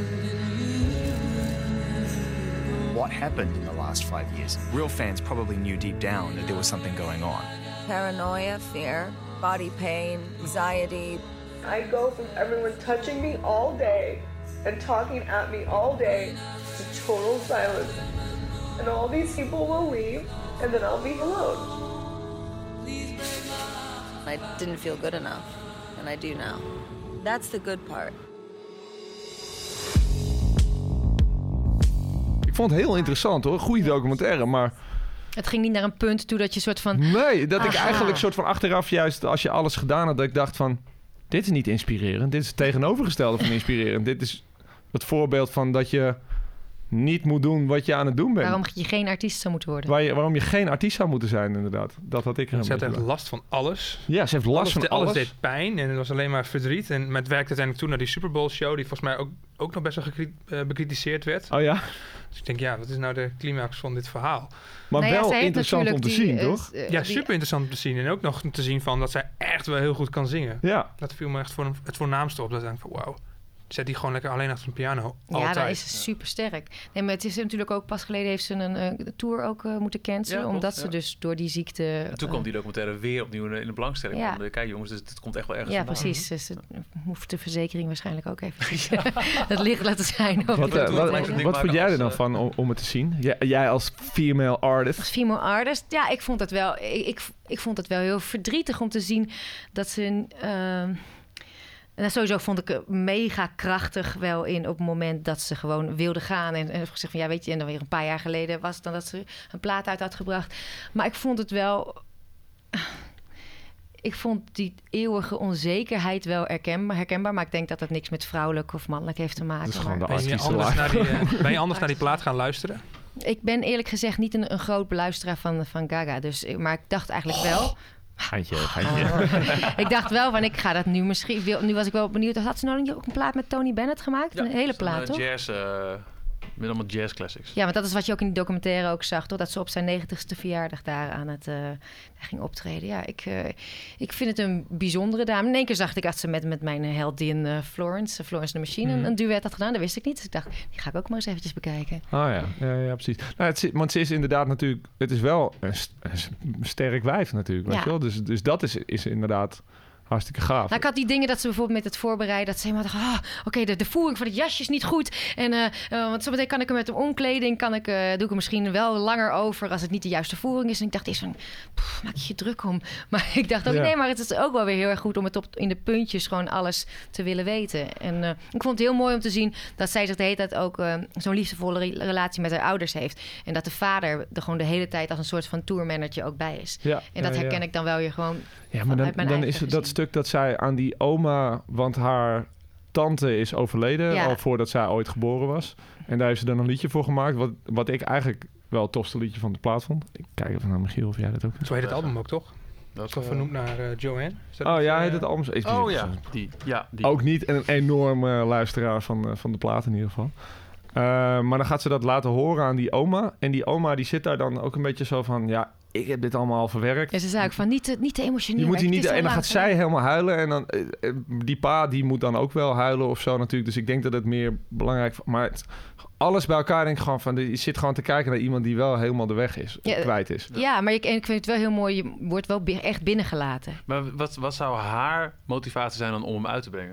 What happened in the last 5 years? Real fans probably knew deep down that there was something going on. Paranoia, fear, body pain, anxiety. I go from everyone touching me all day and talking at me all day to total silence. And all these people will leave and then I'll be alone. I didn't feel good enough. than I do now. That's the good part. Ik vond het heel interessant hoor. Goeie documentaire, maar... Het ging niet naar een punt toe dat je soort van... Nee, dat ik eigenlijk soort van achteraf juist, als je alles gedaan had, dat ik dacht van... Dit is niet inspirerend. Dit is het tegenovergestelde van inspirerend. Dit is het voorbeeld van dat je niet moet doen wat je aan het doen bent. Waarom je geen artiest zou moeten worden. Waarom je geen artiest zou moeten zijn, inderdaad. Dat had ik er Ze had echt last van alles. Ja, ze heeft last van alles. Alles deed pijn en het was alleen maar verdriet. En het werkte uiteindelijk toe naar die Super Bowl show... die volgens mij ook nog best wel bekritiseerd werd. Oh ja? Dus ik denk, ja, wat is nou de climax van dit verhaal? Maar wel interessant om te zien, toch? Ja, super interessant om te zien. En ook nog te zien van dat zij echt wel heel goed kan zingen. Ja. Dat viel me echt het voornaamste op. Dat ik denk van, wauw. Zet die gewoon lekker alleen achter een piano. Altijd. Ja, dat is super sterk. Nee, maar het is natuurlijk ook pas geleden heeft ze een tour ook moeten cancelen. Omdat ze dus door die ziekte... En toen kwam die documentaire weer opnieuw in de belangstelling. Ja. Kijk jongens, dus het komt echt wel ergens vandaan. Precies. Dus hoeft de verzekering waarschijnlijk ook even het licht laten zijn. Wat vond jij er dan van om het te zien? Jij als female artist? Als female artist? Ja, ik vond het wel... Ik vond het wel heel verdrietig om te zien dat ze... En sowieso vond ik het mega krachtig wel op het moment dat ze gewoon wilde gaan. En gezegd van ja, weet je, en dan weer een paar jaar geleden was het dan dat ze een plaat uit had gebracht. Maar ik vond het wel... Ik vond die eeuwige onzekerheid wel herkenbaar. Maar ik denk dat dat niks met vrouwelijk of mannelijk heeft te maken. Dat is gewoon de ben je anders naar die plaat gaan luisteren? Ik ben eerlijk gezegd niet een groot beluisteraar van Gaga. Maar ik dacht eigenlijk wel... Geintje. Ik dacht wel, van ik ga dat nu misschien... Nu was ik wel benieuwd. Had ze nou niet ook een plaat met Tony Bennett gemaakt? Ja, een hele plaat, toch? Jazz, met allemaal jazz classics. Ja, want dat is wat je ook in die documentaire ook zag, toch? Dat ze op zijn 90ste verjaardag daar aan het ging optreden. Ja, ik vind het een bijzondere dame. In één keer zag ik dat ze met mijn heldin Florence the Machine een duet had gedaan. Dat wist ik niet. Dus ik dacht, die ga ik ook maar eens eventjes bekijken. Oh ja, precies. Nou, want ze is inderdaad natuurlijk... Het is wel een sterk wijf natuurlijk, weet je wel? Dus dat is inderdaad... Hartstikke gaaf. Nou, ik had die dingen dat ze bijvoorbeeld met het voorbereiden... dat ze helemaal dachten, oké, de voering van het jasje is niet goed. En want zometeen kan ik hem met de omkleding... doe ik hem misschien wel langer over... als het niet de juiste voering is. En ik dacht eerst van, maak je druk om. Maar ik dacht ook, nee, maar het is ook wel weer heel erg goed... om het in de puntjes gewoon alles te willen weten. En ik vond het heel mooi om te zien... dat zij zich de hele tijd ook zo'n liefdevolle relatie met haar ouders heeft. En dat de vader er gewoon de hele tijd... als een soort van tourmanager ook bij is. Ja, en dat herken ik dan wel weer gewoon... Ja, maar dan is het dat stuk dat zij aan die oma... want haar tante is overleden... al voordat zij ooit geboren was. En daar heeft ze dan een liedje voor gemaakt... wat ik eigenlijk wel het tofste liedje van de plaat vond. Ik kijk even naar Michiel of jij dat ook... Zo heet het album ook, toch? Dat is toch vernoemd naar Joanne? Heet het album... Die. Ook niet een enorme luisteraar van de plaat in ieder geval. Maar dan gaat ze dat laten horen aan die oma. En die oma die zit daar dan ook een beetje zo van... ja, ik heb dit allemaal al verwerkt. Ja, ze zei ook van niet te emotioneel. Je moet hier niet, en dan gaat zij helemaal huilen. En dan die pa die moet dan ook wel huilen of zo natuurlijk. Dus ik denk dat het meer belangrijk... Maar alles bij elkaar denk ik gewoon van... Je zit gewoon te kijken naar iemand die wel helemaal de weg is. Kwijt is. Ja, maar ik vind het wel heel mooi. Je wordt wel echt binnengelaten. Maar wat zou haar motivatie zijn dan om hem uit te brengen?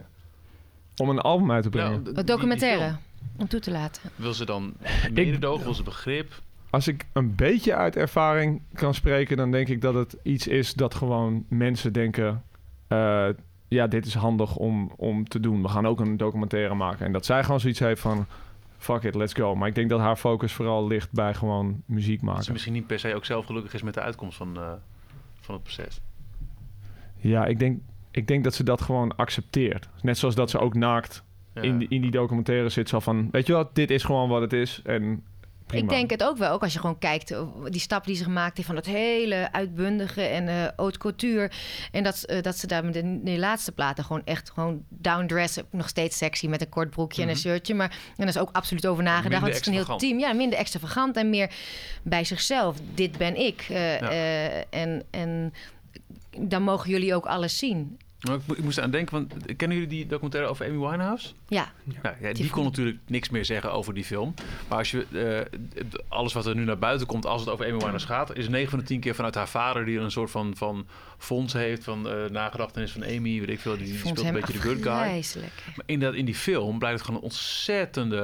Om een album uit te brengen? Ja, documentaire. Om toe te laten. Wil ze dan mededogen? Wil ze begrip? Als ik een beetje uit ervaring kan spreken... dan denk ik dat het iets is dat gewoon mensen denken... dit is handig om te doen. We gaan ook een documentaire maken. En dat zij gewoon zoiets heeft van... fuck it, let's go. Maar ik denk dat haar focus vooral ligt bij gewoon muziek maken. Dat ze misschien niet per se ook zelf gelukkig is met de uitkomst van het proces. Ja, ik denk dat ze dat gewoon accepteert. Net zoals dat ze ook naakt in die documentaire zit. Zo van, weet je wat, dit is gewoon wat het is. En prima. Ik denk het ook wel. Ook als je gewoon kijkt, die stap die ze gemaakt heeft... van het hele uitbundige en haute couture. En dat ze daar met de laatste platen gewoon echt downdressen. Nog steeds sexy met een kort broekje en een shirtje. Maar en daar is ook absoluut over nagedacht. Want het is een heel team. Ja, minder extravagant en meer bij zichzelf. Dit ben ik. En dan mogen jullie ook alles zien. Ik moest aan denken, want kennen jullie die documentaire over Amy Winehouse? Ja. Die kon natuurlijk niks meer zeggen over die film. Maar als je alles wat er nu naar buiten komt als het over Amy Winehouse gaat... is 9 van de 10 keer vanuit haar vader die een soort van fonds heeft... van nagedachtenis van Amy, weet ik veel. Die speelt een beetje de good guy. Vreselijk. Maar in die film blijkt het gewoon een ontzettende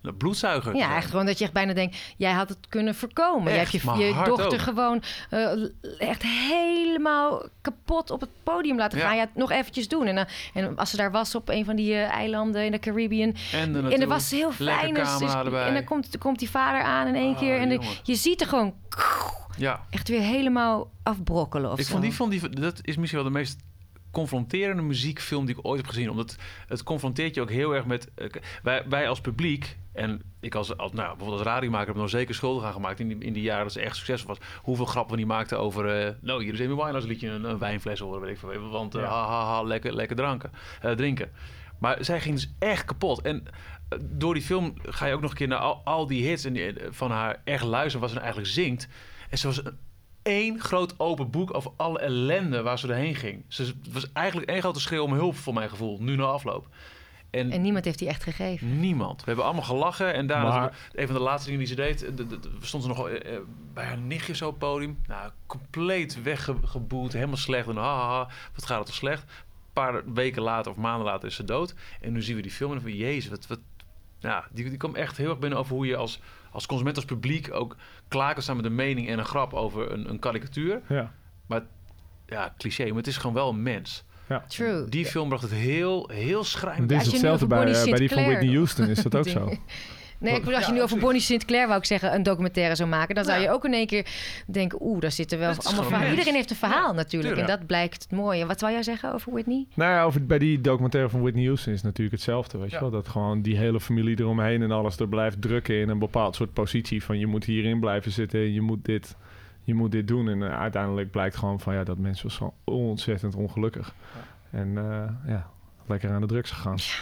bloedzuiger. Ja, echt gewoon dat je echt bijna denkt, jij had het kunnen voorkomen. Echt, je hebt je dochter gewoon echt helemaal kapot op het podium laten gaan. Ja, nog eventjes doen. En als ze daar was op een van die eilanden in de Caribbean. En dat was heel fijn. En dan komt die vader aan in één keer. En je ziet er gewoon echt weer helemaal afbrokkelen. Dat is misschien wel de meest confronterende muziekfilm die ik ooit heb gezien. Omdat het confronteert je ook heel erg met... wij als publiek... En ik bijvoorbeeld als radiomaker heb ik nog zeker schuldig aan gemaakt in die jaren dat ze echt succesvol was. Hoeveel grappen we niet maakten over... hier is Amy Winehouse liedje een wijnfles horen, weet ik veel. Want lekker drinken. Maar zij ging dus echt kapot. En door die film ga je ook nog een keer naar al die hits van haar echt luisteren wat ze nou eigenlijk zingt. En ze was één groot open boek over alle ellende waar ze doorheen ging. Ze was eigenlijk één grote schreeuw om hulp voor mijn gevoel, nu na afloop. En niemand heeft die echt gegeven. Niemand. We hebben allemaal gelachen. En daarna, een van de laatste dingen die ze deed... stond ze nog bij haar nichtje zo op het podium. Nou, compleet weggeboet. Helemaal slecht. En wat gaat het toch slecht? Een paar weken later of maanden later is ze dood. En nu zien we die film en van... Jezus, die kwam echt heel erg binnen over hoe je als consument, als publiek... ook klaar kan staan met een mening en een grap over een karikatuur. Ja. Maar cliché. Maar het is gewoon wel een mens... Ja. True. Die film bracht het heel schrijnend. Dit is hetzelfde bij die van Whitney Houston. Is dat ook zo? Nee, als je nu over Bonnie Sinclair, wou ik zeggen, een documentaire zou maken... dan zou je ook in één keer denken... daar zitten wel allemaal verhalen. Iedereen heeft een verhaal natuurlijk. En dat blijkt het mooie. Wat zou jij zeggen over Whitney? Nou ja, bij die documentaire van Whitney Houston is natuurlijk hetzelfde. Weet je wel? Dat gewoon die hele familie eromheen en alles er blijft drukken... in een bepaald soort positie van... je moet hierin blijven zitten, je moet dit doen. En uiteindelijk blijkt gewoon van... dat mensen was gewoon ontzettend ongelukkig. Ja. En lekker aan de drugs gegaan. Ja.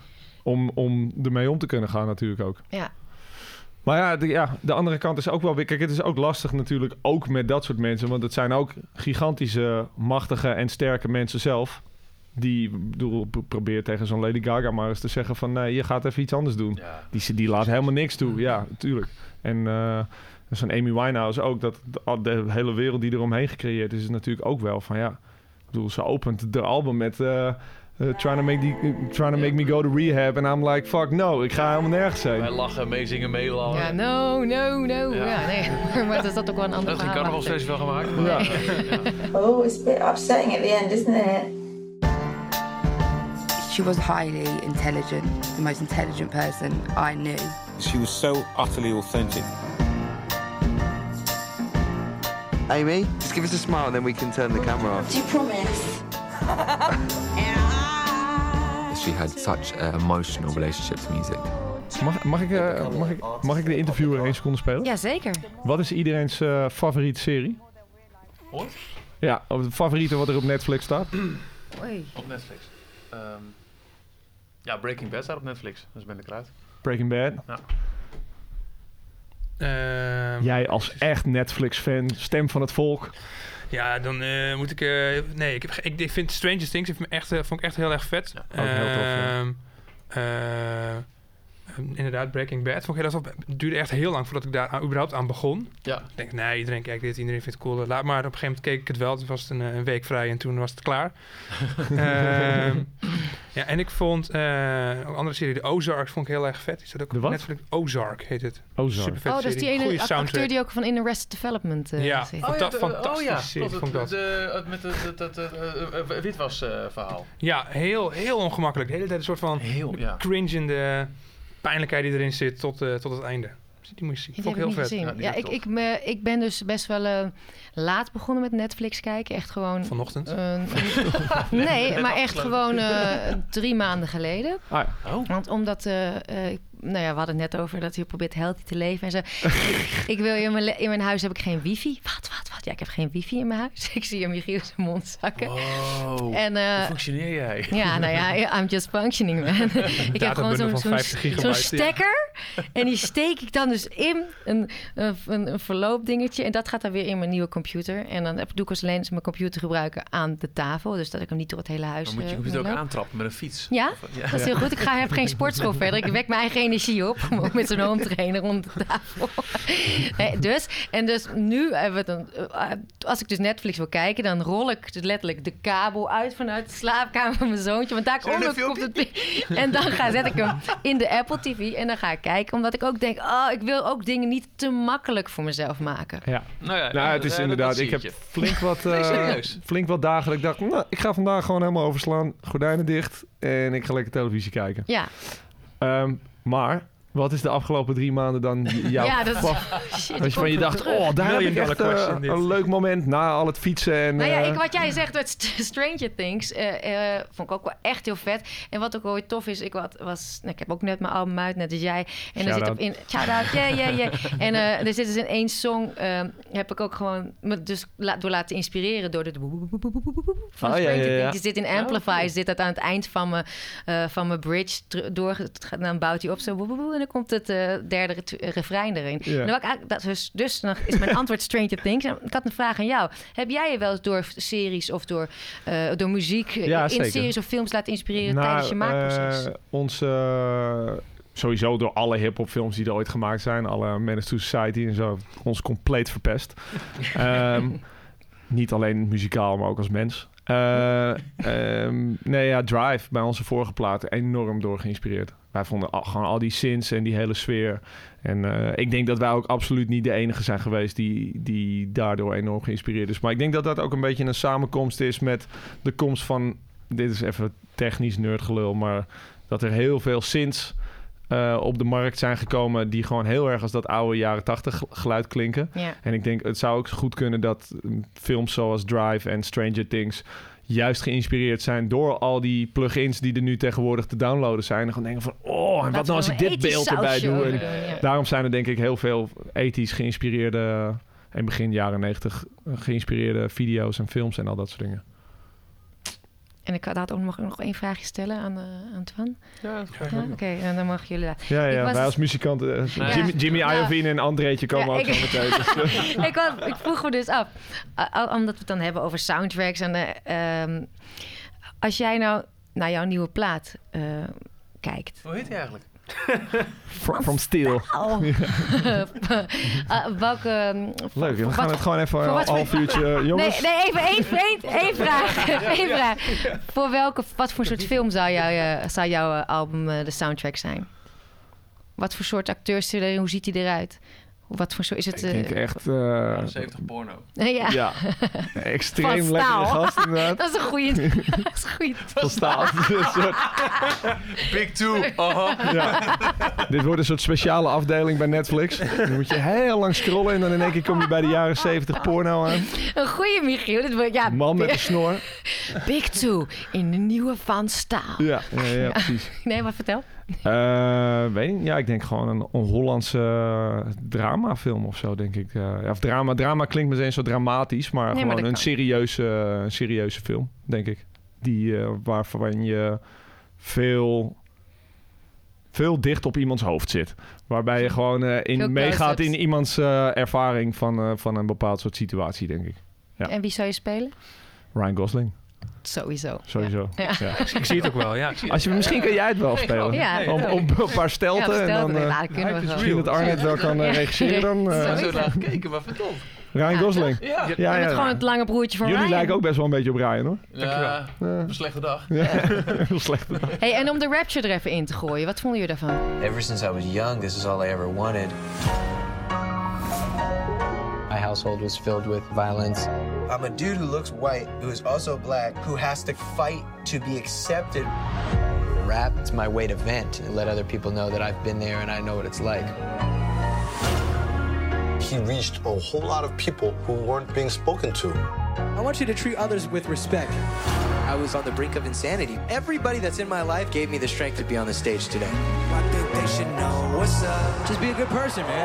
Om ermee om te kunnen gaan natuurlijk ook. Ja. Maar de andere kant is ook wel weer... Kijk, het is ook lastig natuurlijk ook met dat soort mensen. Want het zijn ook gigantische, machtige en sterke mensen zelf. Die probeert tegen zo'n Lady Gaga maar eens te zeggen van... nee, je gaat even iets anders doen. Ja. Die laat helemaal niks toe. Ja, natuurlijk. En zo'n Amy Winehouse ook. Dat de hele wereld die eromheen gecreëerd is natuurlijk ook wel van ze opent de album met... trying to make me go to rehab. And I'm like, fuck no, ik ga helemaal nergens heen. Wij lachen, meezingen, meelachen. Ja, no. Ja, nee. Maar dat is ook wel een ander verhaal. Dat is een carnavalsfestival gemaakt. Ja. Oh, it's a bit upsetting at the end, isn't it? She was highly intelligent, the most intelligent person I knew. She was so utterly authentic. Amy, just give us a smile and then we can turn the camera off. Do you promise? She had such an emotional relationship to music. Mag ik de interviewer 1 seconde spelen? Jazeker. Wat is iedereen's favoriete serie? Ooit? Ja, het favoriete wat er op Netflix staat. Oei. Op Netflix? Breaking Bad staat op Netflix. Dus ben ik eruit. Breaking Bad? Ja. Jij als echt Netflix-fan, stem van het volk. Ja, dan moet ik... ik vind Stranger Things vond ik echt heel erg vet. Ja, ook heel tof, inderdaad, Breaking Bad. Het duurde echt heel lang voordat ik daar überhaupt aan begon. Ja. Ik denk, nee, iedereen kijkt dit, iedereen vindt het cool. Laat maar, op een gegeven moment keek ik het wel. Toen was het een week vrij en toen was het klaar. En ik vond een andere serie, de Ozark, vond ik heel erg vet. Is dat ook Netflix? Ozark heet het. Ozark. Super vet dat is die ene acteur die ook van In Arrested Development fantastische serie vond ik dat. Met het witwas-verhaal. Ja, heel ongemakkelijk. De hele tijd een soort van cringende pijnlijkheid die erin zit tot het einde. Die muziek vond ik heel vet. Ja, ik ben dus best wel laat begonnen met Netflix kijken. Echt gewoon... Vanochtend? Nee, maar echt gewoon 3 maanden geleden. Want omdat... we hadden het net over dat je probeert healthy te leven en zo. ik wil in mijn huis heb ik geen wifi. Wat? Ja, ik heb geen wifi in mijn huis. Ik zie Michiel zijn mond zakken. Wow, en, hoe functioneer jij? Ja, I'm just functioning, man. Ik heb gewoon zo'n stekker. En die steek ik dan dus in een verloopdingetje. En dat gaat dan weer in mijn nieuwe computer. En dan doe ik alleen mijn computer gebruiken aan de tafel. Dus dat ik hem niet door het hele huis... Dan moet je computer ook aantrappen met een fiets. Ja, dat is heel goed. Ik heb geen sportschool verder. Ik wek mijn eigen energie op. Met zo'n home trainer rond de tafel. Dus nu hebben we het als ik dus Netflix wil kijken, dan rol ik dus letterlijk de kabel uit vanuit de slaapkamer van mijn zoontje. Want daar komt het. En dan zet ik hem in de Apple TV en dan ga ik kijken. Omdat ik ook denk, ik wil ook dingen niet te makkelijk voor mezelf maken. Ja. Het is inderdaad, ik heb flink wat dagen dat ik dacht, ik ga vandaag gewoon helemaal overslaan. Gordijnen dicht en ik ga lekker televisie kijken. Ja. Maar wat is de afgelopen 3 maanden dan jouw... Ja, dat is... Shit, je dacht, daar heb ik echt een leuk moment na al het fietsen. En, wat jij zegt met Stranger Things vond ik ook wel echt heel vet. En wat ook wel weer tof is, ik heb ook net mijn album uit, net als jij. En er zit op in... Shout-out, yeah. En er zit dus in 1 song, heb ik ook gewoon me dus door laten inspireren door de... van Stranger Things. Die zit in Amplify, zit dat aan het eind van mijn bridge door. Dan bouwt hij op zo... dan komt het derde refrein erin. Yeah. Dus dan is mijn antwoord Stranger Things. En ik had een vraag aan jou. Heb jij je wel eens door series of door muziek in series of films laten inspireren tijdens je maakproces? Sowieso door alle hip-hop films die er ooit gemaakt zijn. Alle Menace to Society en zo. Ons compleet verpest. Niet alleen muzikaal, maar ook als mens. Drive bij onze vorige platen enorm door geïnspireerd. Wij vonden gewoon al die synths en die hele sfeer. En ik denk dat wij ook absoluut niet de enige zijn geweest die daardoor enorm geïnspireerd is. Maar ik denk dat dat ook een beetje een samenkomst is met de komst van... Dit is even technisch nerdgelul, maar dat er heel veel synths op de markt zijn gekomen die gewoon heel erg als dat oude jaren 80 geluid klinken. Ja. En ik denk, het zou ook goed kunnen dat films zoals Drive en Stranger Things juist geïnspireerd zijn door al die plugins die er nu tegenwoordig te downloaden zijn. En gewoon denken van, en wat nou als ik dit beeld erbij doe? En daarom zijn er denk ik heel veel ethisch geïnspireerde en begin jaren 90 geïnspireerde video's en films en al dat soort dingen. En ik had ook nog 1 vraagje stellen aan Twan. Ja, oké, en dan mogen jullie daar. Wij als muzikanten, Jimmy Iovine en Andreetje komen ook zo meteen. Ik vroeg me dus af, omdat we het dan hebben over soundtracks. En als jij nou naar jouw nieuwe plaat kijkt. Hoe heet hij eigenlijk? From Steel. Welke... Leuk, we gaan het gewoon even een half uurtje... Jongens. Nee, even één vraag. Eén vraag. Wat voor soort film zou jouw album de soundtrack zijn? Wat voor soort acteurs zit erin? Hoe ziet hij eruit? Wat voor soort is het? Ik denk echt... 70 porno. Ja. Extreem lekkere gast inderdaad. Dat is een goeie. Van staal. Big Two. Ja. Dit wordt een soort speciale afdeling bij Netflix. Dan moet je heel lang scrollen en dan in één keer kom je bij de jaren 70 porno aan. Een goeie, Michiel. Dit wordt, man met een snor. Big Two in de nieuwe Van Staal. Ja, precies. Nee, maar vertel. Weet niet. Ja, ik denk gewoon een Hollandse dramafilm of zo, denk ik. Of drama klinkt meteen zo dramatisch, maar gewoon een serieuze film, denk ik. Waarvan je veel dicht op iemands hoofd zit. Waarbij je gewoon meegaat in iemands ervaring van een bepaald soort situatie, denk ik. Ja. En wie zou je spelen? Ryan Gosling. Sowieso. Ja. Ik zie het ook wel, ja. Misschien kan jij het wel spelen. Ja, op een paar stelten. En dan misschien dat Arne het wel kan regisseren. Dan zo naar gekeken, maar verdomd. Ryan Gosling. Ja. Met gewoon het lange broertje van Jullie Ryan. lijken ook best wel een beetje op Ryan, hoor. Ja, een slechte dag. Een slechte dag. Hey, en om de Rapture er even in te gooien, wat vonden jullie daarvan? Ever since I was young, this is all I ever wanted. My household was filled with violence. I'm a dude who looks white, who is also black, who has to fight to be accepted. Rap, it's my way to vent and let other people know that I've been there and I know what it's like. He reached a whole lot of people who weren't being spoken to. I want you to treat others with respect. I was on the brink of insanity. Everybody that's in my life gave me the strength to be on the stage today. I think they should know what's up. Just be a good person, man.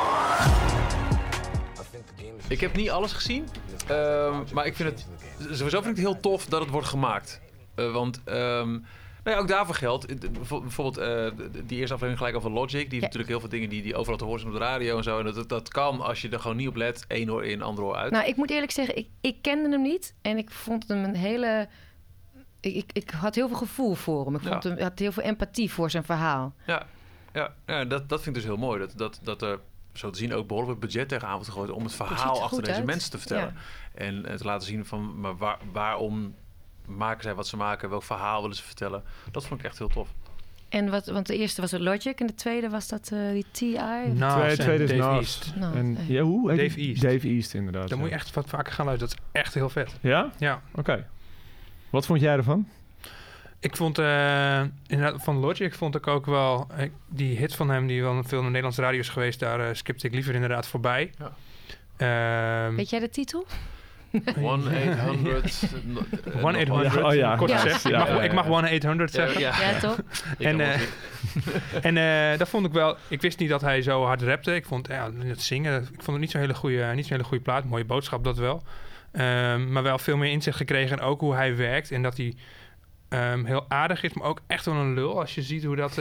Ik heb niet alles gezien, maar ik vind het sowieso heel tof dat het wordt gemaakt. Want ook daarvoor geldt, bijvoorbeeld die eerste aflevering gelijk over Logic, die heeft natuurlijk heel veel dingen die overal te horen zijn op de radio en zo. En dat kan als je er gewoon niet op let, 1 oor in, ander oor uit. Nou, ik moet eerlijk zeggen, ik kende hem niet en ik vond hem een hele... Ik had heel veel gevoel voor hem. Ik had heel veel empathie voor zijn verhaal. Ja, dat vind ik dus heel mooi. Dat er zo te zien ook behoorlijk wat budget tegenaan wordt gegooid om het verhaal achter deze mensen te vertellen. Ja. En te laten zien van maar waarom maken zij wat ze maken, welk verhaal willen ze vertellen. Dat vond ik echt heel tof. En want de eerste was het Logic en de tweede was dat die T.I. De tweede is Dave Nas. En hoe? Dave East. Dave East, inderdaad. Daar moet je echt wat vaker gaan luisteren. Dat is echt heel vet. Ja? Ja. Oké. Wat vond jij ervan? Ik vond inderdaad van Logic vond ik ook wel die hit van hem die wel veel in de Nederlandse radio is geweest. Daar skipte ik liever inderdaad voorbij. Ja. Weet jij de titel? 1-800. Oh ja. Kort gezegd. Ik mag 1-800 zeggen. Ja, toch? En dat vond ik wel. Ik wist niet dat hij zo hard rapte. Ik vond het zingen. Ik vond het niet zo'n hele goede plaat. Mooie boodschap dat wel. Maar wel veel meer inzicht gekregen. En ook hoe hij werkt. En dat hij heel aardig is, maar ook echt wel een lul. Als je ziet hoe dat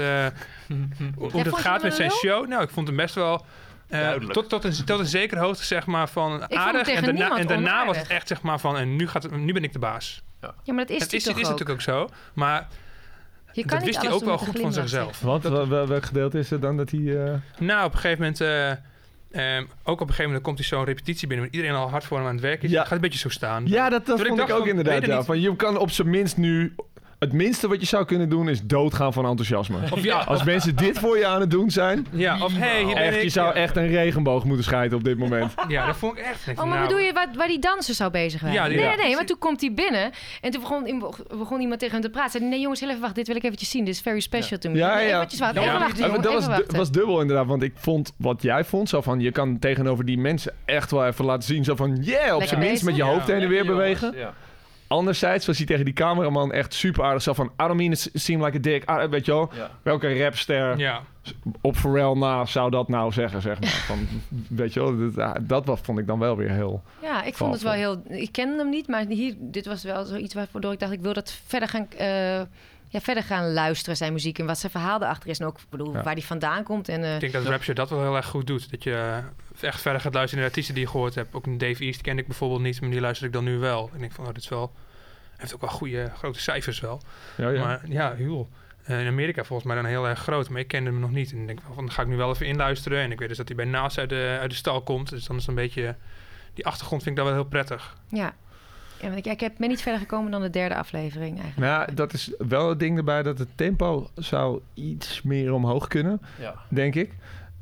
gaat met zijn show. Nou, ik vond hem best wel tot een zekere hoogte zeg maar van aardig. En daarna was het echt zeg maar van en nu ben ik de baas. Ja, maar dat is natuurlijk ook zo. Maar dat wist hij ook wel goed van zichzelf. Want welk gedeelte is het dan dat hij... Nou, op een gegeven moment... ook op een gegeven moment komt hij zo'n repetitie binnen... waar iedereen al hard voor hem aan het werk is. Ja. Het gaat een beetje zo staan. Ja, dat vond ik ook inderdaad. Ja. Van, je kan op zijn minst nu... Het minste wat je zou kunnen doen is doodgaan van enthousiasme. Als mensen dit voor je aan het doen zijn... Ja, of hier ben ik. Je zou echt een regenboog moeten scheiden op dit moment. Ja, dat vond ik echt... maar bedoel je waar die danser zou bezig waren? Nee, maar toen komt hij binnen... en toen begon iemand tegen hem te praten. Zei, nee jongens, heel even wacht, dit wil ik eventjes zien. Dit is very special to me. Ja. Dat was dubbel inderdaad, want ik vond wat jij vond... zo van, je kan tegenover die mensen echt wel even laten zien... zo van, op zijn minst met je hoofd heen en weer bewegen. Ja. Anderzijds was hij tegen die cameraman echt super aardig. Zo van, I don't mean to seem like a dick. Weet je wel? Ja. Welke rapster op Pharrell na zou dat nou zeggen, zeg maar. Van, weet je wel? Dat vond ik dan wel weer heel... Ja, ik vond het wel heel... Ik kende hem niet, maar dit was wel zoiets waardoor ik dacht... ik wil dat verder gaan luisteren, zijn muziek... en wat zijn verhaal erachter is. En ook waar die vandaan komt. En, ik denk dat Rapture dat wel heel erg goed doet. Dat je echt verder gaat luisteren naar de artiesten die je gehoord hebt. Ook Dave East kende ik bijvoorbeeld niet, maar die luister ik dan nu wel. Ik denk van, dit is wel... heeft ook wel goede, grote cijfers wel. Ja. Maar heel. In Amerika volgens mij dan heel erg groot, maar ik kende hem nog niet. En ik denk van, dan ga ik nu wel even inluisteren. En ik weet dus dat hij bij Nas uit de stal komt. Dus dan is het een beetje... Die achtergrond vind ik dan wel heel prettig. Ja. Ja, want ik ben niet verder gekomen dan de 3e aflevering eigenlijk. Nou, dat is wel het ding erbij dat het tempo zou iets meer omhoog kunnen, denk ik.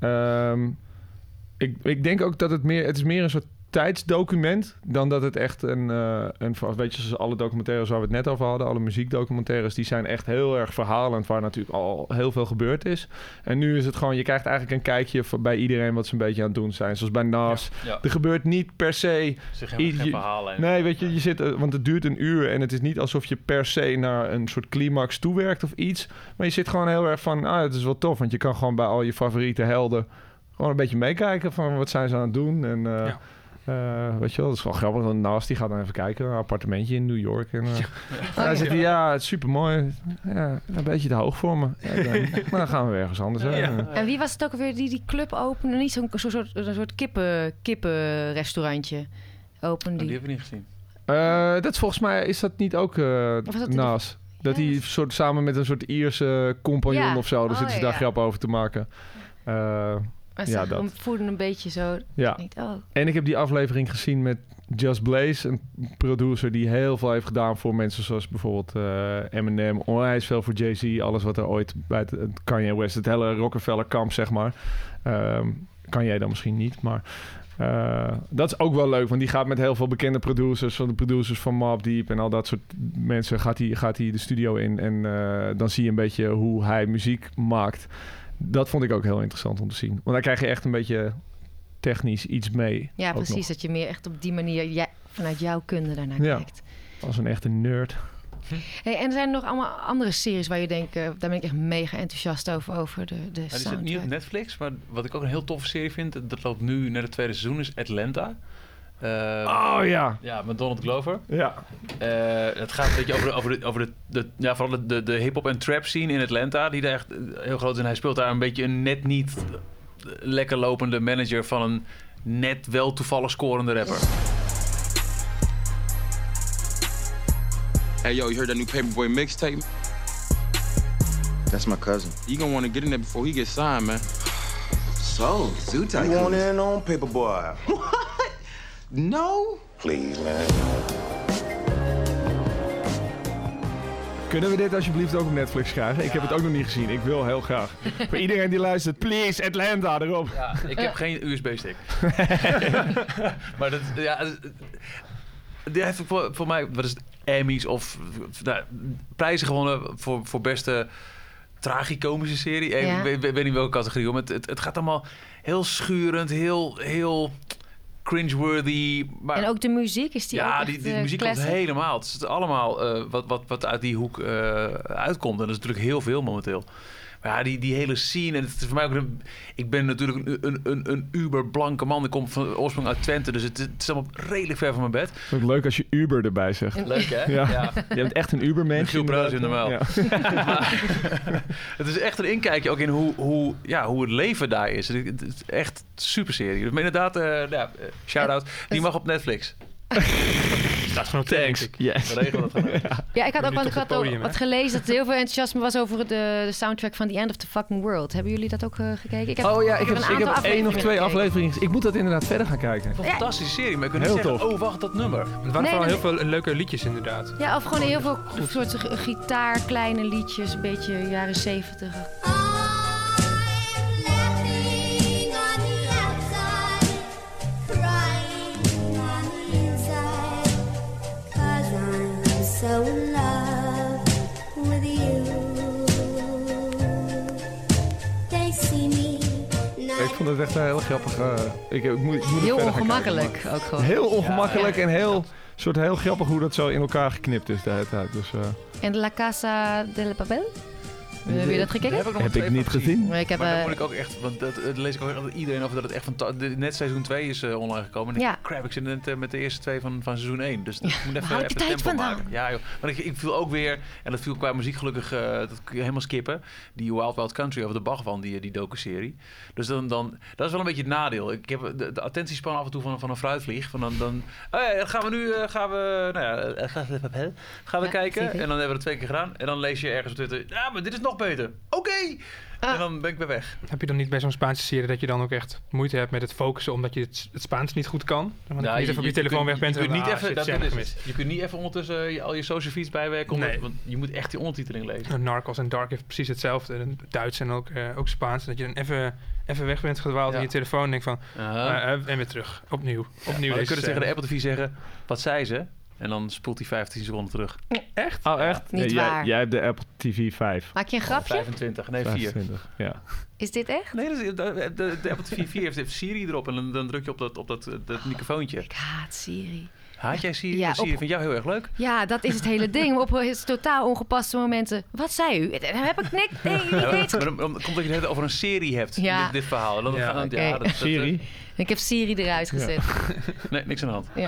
Ik denk ook dat het is meer een soort tijdsdocument dan dat het echt een weet je, zoals alle documentaires waar we het net over hadden, alle muziekdocumentaires, die zijn echt heel erg verhalend, waar natuurlijk al heel veel gebeurd is. En nu is het gewoon, je krijgt eigenlijk een kijkje bij iedereen wat ze een beetje aan het doen zijn. Zoals bij Nas. Ja. Er gebeurt niet per se... geen verhalen. Nee, weet je, je zit, want het duurt een uur en het is niet alsof je per se naar een soort climax toewerkt of iets. Maar je zit gewoon heel erg van, het is wel tof, want je kan gewoon bij al je favoriete helden gewoon een beetje meekijken van wat zijn ze aan het doen. En weet je wel, dat is wel grappig. Dan Nas die gaat dan even kijken, een appartementje in New York. En hij zegt, het is super mooi. Ja, een beetje te hoog voor me. Maar dan gaan we weer ergens anders. En wie was het ook alweer die club opende? Niet zo'n soort kippenrestaurantje opende. Die hebben we niet gezien. Dat volgens mij is dat niet ook Nas. Dat hij soort samen met een soort Ierse compagnon of zo. Daar zitten ze daar grap over te maken. Maar ze voelden een beetje zo. Ja. Niet, En ik heb die aflevering gezien met Just Blaze, een producer die heel veel heeft gedaan voor mensen zoals bijvoorbeeld Eminem, onwijs veel voor Jay-Z, alles wat er ooit bij het Kanye West, het hele Rockefeller-kamp, zeg maar. Kanye dan misschien niet, maar dat is ook wel leuk, want die gaat met heel veel bekende producers, van de producers van Mobb Deep en al dat soort mensen, gaat hij de studio in en dan zie je een beetje hoe hij muziek maakt. Dat vond ik ook heel interessant om te zien. Want dan krijg je echt een beetje technisch iets mee. Ja, precies. Nog. Dat je meer echt op die manier vanuit jouw kunde daarnaar kijkt. Als een echte nerd. Hey, en zijn er nog allemaal andere series waar je denkt... daar ben ik echt mega enthousiast over de die zit niet op Netflix, maar wat ik ook een heel toffe serie vind... dat loopt nu naar het 2e seizoen, is Atlanta. Ja, met Donald Glover. Ja. Het gaat een beetje over vooral de hip-hop en trap scene in Atlanta, die daar echt heel groot is. En hij speelt daar een beetje een net niet lekker lopende manager van een net wel toevallig scorende rapper. Hey yo, you heard that new Paperboy mixtape? That's my cousin. You gonna wanna get in there before he gets signed, man. So, Zoo Tycoon. You want in on Paperboy? What? No? Please, man. Kunnen we dit alsjeblieft ook op Netflix krijgen? Ik heb het ook nog niet gezien. Ik wil heel graag. Voor iedereen die luistert, please, Atlanta, erop. Ja, ik heb geen USB-stick. Maar dat... Ja, die heeft voor mij... Wat is het? Emmys of... prijzen gewonnen voor beste... tragicomische serie. Ja. Ik weet niet welke categorie. Maar het gaat allemaal heel schurend, heel cringeworthy. Maar En ook de muziek is die ook echt, die muziek komt classic. helemaal. Het is allemaal wat uit die hoek uitkomt. En dat is natuurlijk heel veel momenteel. Maar ja, die hele scene. En het is voor mij ook ik ben natuurlijk een uber-blanke man. Ik kom van oorsprong uit Twente. Dus het is allemaal redelijk ver van mijn bed. Het is ook leuk als je Uber erbij zegt. Leuk, hè? Ja. Je bent echt een Uber-mens. Giel Bruis in de muil. Ja. Het is echt een inkijkje ook in hoe het leven daar is. Het is echt super serie. Maar inderdaad, shout-out. Die mag op Netflix. Staat gewoon op Thanks. Yes. We regelen dat gewoon. Ja, ik had ook podium, wat gelezen dat er heel veel enthousiasme was over de soundtrack van The End of the Fucking World. Hebben jullie dat ook gekeken? Ik heb ik heb 1 of 2 afleveringen. Ik moet dat inderdaad verder gaan kijken. Een fantastische serie, maar ik kan niet Heel zeggen, tof. oh wacht, dat nummer. Er waren vooral heel veel leuke liedjes inderdaad. Ja, of gewoon heel veel soort gitaar, kleine liedjes, een beetje jaren 70. So in love with you. They see me. Ik vond het echt een heel grappig. Ik moet het Heel verder gaan ongemakkelijk kijken, maar ook gewoon. Heel ongemakkelijk en heel grappig hoe dat zo in elkaar geknipt is de hele tijd. Dus, En La Casa de Papel? Heb je dat gekeken? Heb ik niet gezien. Maar ik heb, maar daar moet ik ook echt, want dat lees ik ook echt iedereen over dat het echt fantastisch. Net seizoen 2 is online gekomen. En Ja. ik zit net met de eerste 2 van seizoen 1. Dus dat moet waar haal ik even de tijd tempo vandaan? maken. Ja, joh. Maar ik viel ook weer, en dat viel qua muziek gelukkig, dat kun je helemaal skippen. Die Wild Wild Country over de Bach van die docu-serie. Dus dan, dat is wel een beetje het nadeel. Ik heb de attentiespan af en toe van een fruitvlieg. Dan gaan we kijken. En dan hebben we het 2 keer gedaan. En dan lees je ergens op Twitter, ja, maar dit is nog beter. Oké. En dan ben ik weer weg. Heb je dan niet bij zo'n Spaanse serie dat je dan ook echt moeite hebt met het focussen omdat je het Spaans niet goed kan? Want je niet even op je telefoon weg bent. Je kunt niet even, dat is je kunt niet even ondertussen al je social feeds bijwerken. Nee. Want je moet echt die ondertiteling lezen. Narcos en Dark heeft precies hetzelfde. Duits en ook Spaans. Dat je dan even weg bent gedwaald in je telefoon en denkt van en weer terug. Opnieuw. Maar dan kunnen tegen de Apple TV zeggen, wat zei ze? En dan spoelt hij 15 seconden terug. Echt? Oh, echt? Niet waar. Jij hebt de Apple TV 5. Maak je een grapje? 25, nee 4. 25, ja. Is dit echt? Nee, de Apple TV 4 heeft Siri erop en dan druk je op dat microfoontje. Ik haat Siri. Haat jij Siri? Ja, Siri vind jou heel erg leuk. Ja, dat is het hele ding. Op totaal ongepaste momenten. Wat zei u? Dan heb ik niks. Nee, niet. Maar dan komt dat je het over een serie hebt, dit verhaal. En dan Siri? Ik heb Siri eruit gezet. Ja. Nee, niks aan de hand. Ja.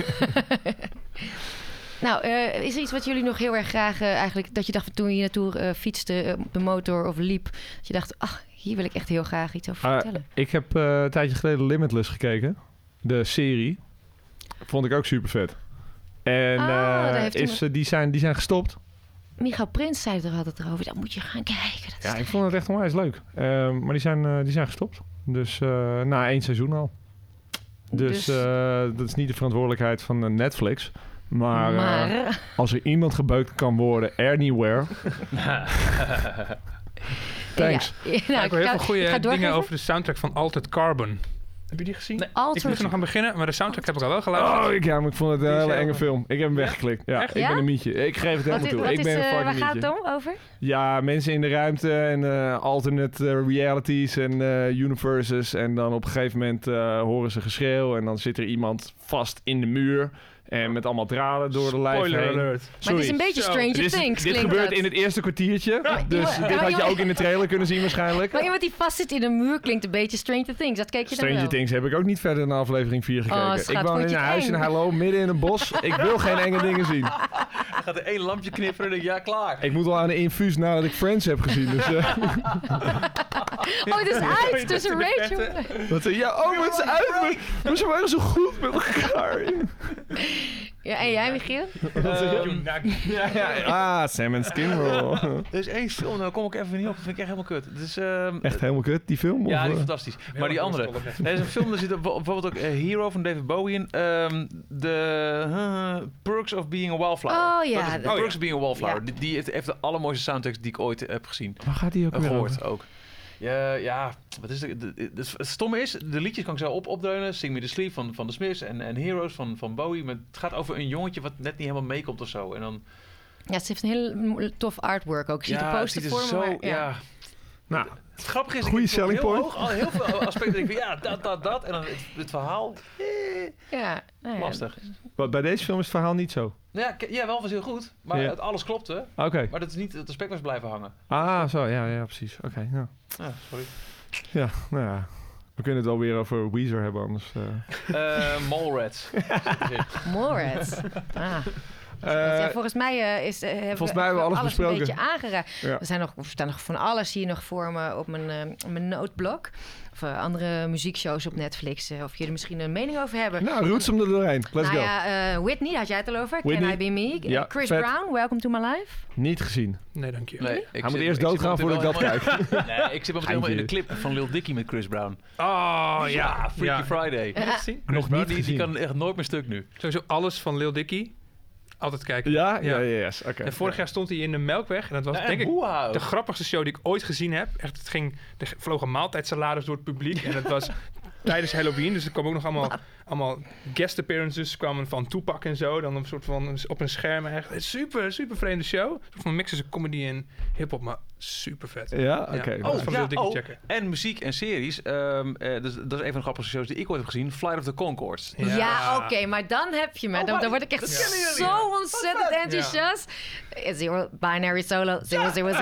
Nou, is er iets wat jullie nog heel erg graag eigenlijk... dat je dacht toen je naartoe fietste, de motor of liep... dat je dacht, ach, hier wil ik echt heel graag iets over vertellen. Ik heb een tijdje geleden Limitless gekeken. De serie. Vond ik ook super vet. En die zijn gestopt. Michael Prins zei er altijd erover. Dat moet je gaan kijken. Dat ja, ik vond het echt onwijs leuk. Maar die zijn gestopt. Dus na 1 seizoen al. Dus dat is niet de verantwoordelijkheid van Netflix. Maar als er iemand gebeukt kan worden anywhere... Thanks. Ja, ik heb heel veel goede dingen over de soundtrack van Altered Carbon. Heb je die gezien? Nee, ik moet er nog aan beginnen, maar de soundtrack heb ik al wel geluisterd. Maar ik vond het een hele enge film. Ik heb hem weggeklikt. Ja, ik ben een mietje. Ik geef het helemaal toe. Ik ben een fucking mietje. Waar gaat het om over? Ja, mensen in de ruimte en alternate realities en universes. En dan op een gegeven moment horen ze geschreeuw en dan zit er iemand vast in de muur. En met allemaal draden door de lijf heen. Spoiler alert. Maar het is een beetje Stranger Things. Dit gebeurt in het eerste kwartiertje. Ja. Dus dit had je ook in de trailer kunnen zien waarschijnlijk. Maar iemand die vast zit in een muur klinkt een beetje Stranger Things. Dat keek je dan wel. Stranger Things heb ik ook niet verder in aflevering 4 gekeken. Ik woon in een huis in Hallo, midden in een bos. Ik wil geen enge dingen zien. Dan gaat er 1 lampje knipperen en ja, klaar. Ik moet wel aan een infuus nadat ik Friends heb gezien. Dus, het is uit tussen Rachel. Het is uit. Maar ze waren zo goed met elkaar. Ja, en jij, Michiel? Salmon skin roll. Er is één film, daar kom ik even niet op. Dat vind ik echt helemaal kut. Dus, echt helemaal kut, die film? Ja, of, die is fantastisch. Maar die andere. Er is een film, daar zit bijvoorbeeld ook Hero van David Bowie in. The Perks of Being a Wallflower. Oh ja. Perks of Being a Wallflower. Ja. Die heeft de allermooiste soundtracks die ik ooit heb gezien. Waar gaat die ook weer gehoord over? ook. Ja, wat is het stomme is, de liedjes kan ik zo opdreunen. Sing Me The Sleep van The Smiths en Heroes van Bowie. Maar het gaat over een jongetje wat net niet helemaal meekomt of zo. En dan... Ja, ze heeft een heel tof artwork ook. Je ziet de poster voor me. Zo, ja. Nou, het grappige is... Goeie selling point. Hoog, heel veel aspecten denk ik van dat. En dan het verhaal... Ja, lastig. Wat, bij deze film is het verhaal niet zo? Ja, wel was heel goed. Maar alles klopte. Oké. Maar dat is niet het aspect was blijven hangen. Ah, zo. Ja, precies. Oké. Ja. Sorry. Ja, nou ja. We kunnen het alweer over Weezer hebben, anders... Mallrats. Mallrats. Ja, volgens mij hebben we alles alles besproken. een beetje aangeraakt. Ja. Er staan nog van alles hier nog voor me op mijn noteblok. Of andere muziekshows op Netflix. Of jullie er misschien een mening over hebben. Nou, roots hem er doorheen. Let's go. Ja, Whitney, had jij het al over? Whitney. Can I Be Me? Ja, Chris vet. Brown, Welcome to My Life. Niet gezien. Nee, dank je. Nee, Hij moet eerst doodgaan voordat ik dat kijk. Nee, ik zit momenteel helemaal in de clip van Lil Dicky met Chris Brown. Oh, ja. Freaky Friday. Heb je dat gezien? Chris Brown, die kan echt nooit meer stuk nu. Sowieso alles van Lil Dicky. Altijd kijken. Ja, yes. Oké. En vorig jaar stond hij in de Melkweg. En dat was denk ik de grappigste show die ik ooit gezien heb. Echt, er vloog een maaltijdsalades door het publiek. En het was tijdens Halloween. Dus er kwamen ook nog allemaal guest appearances kwamen van Tupac en zo. Dan een soort van op een scherm. Echt super, super vreemde show. Een soort van mix tussen comedy en hiphop. Maar super vet. Ja, oké. Checken. En muziek en series. Dus, dat is een van de grappigste shows die ik ooit heb gezien. Flight of the Conchords. Ja, oké. Maar dan heb je me. Dan word ik echt zo ontzettend enthousiast. Zero binary solo 0000011.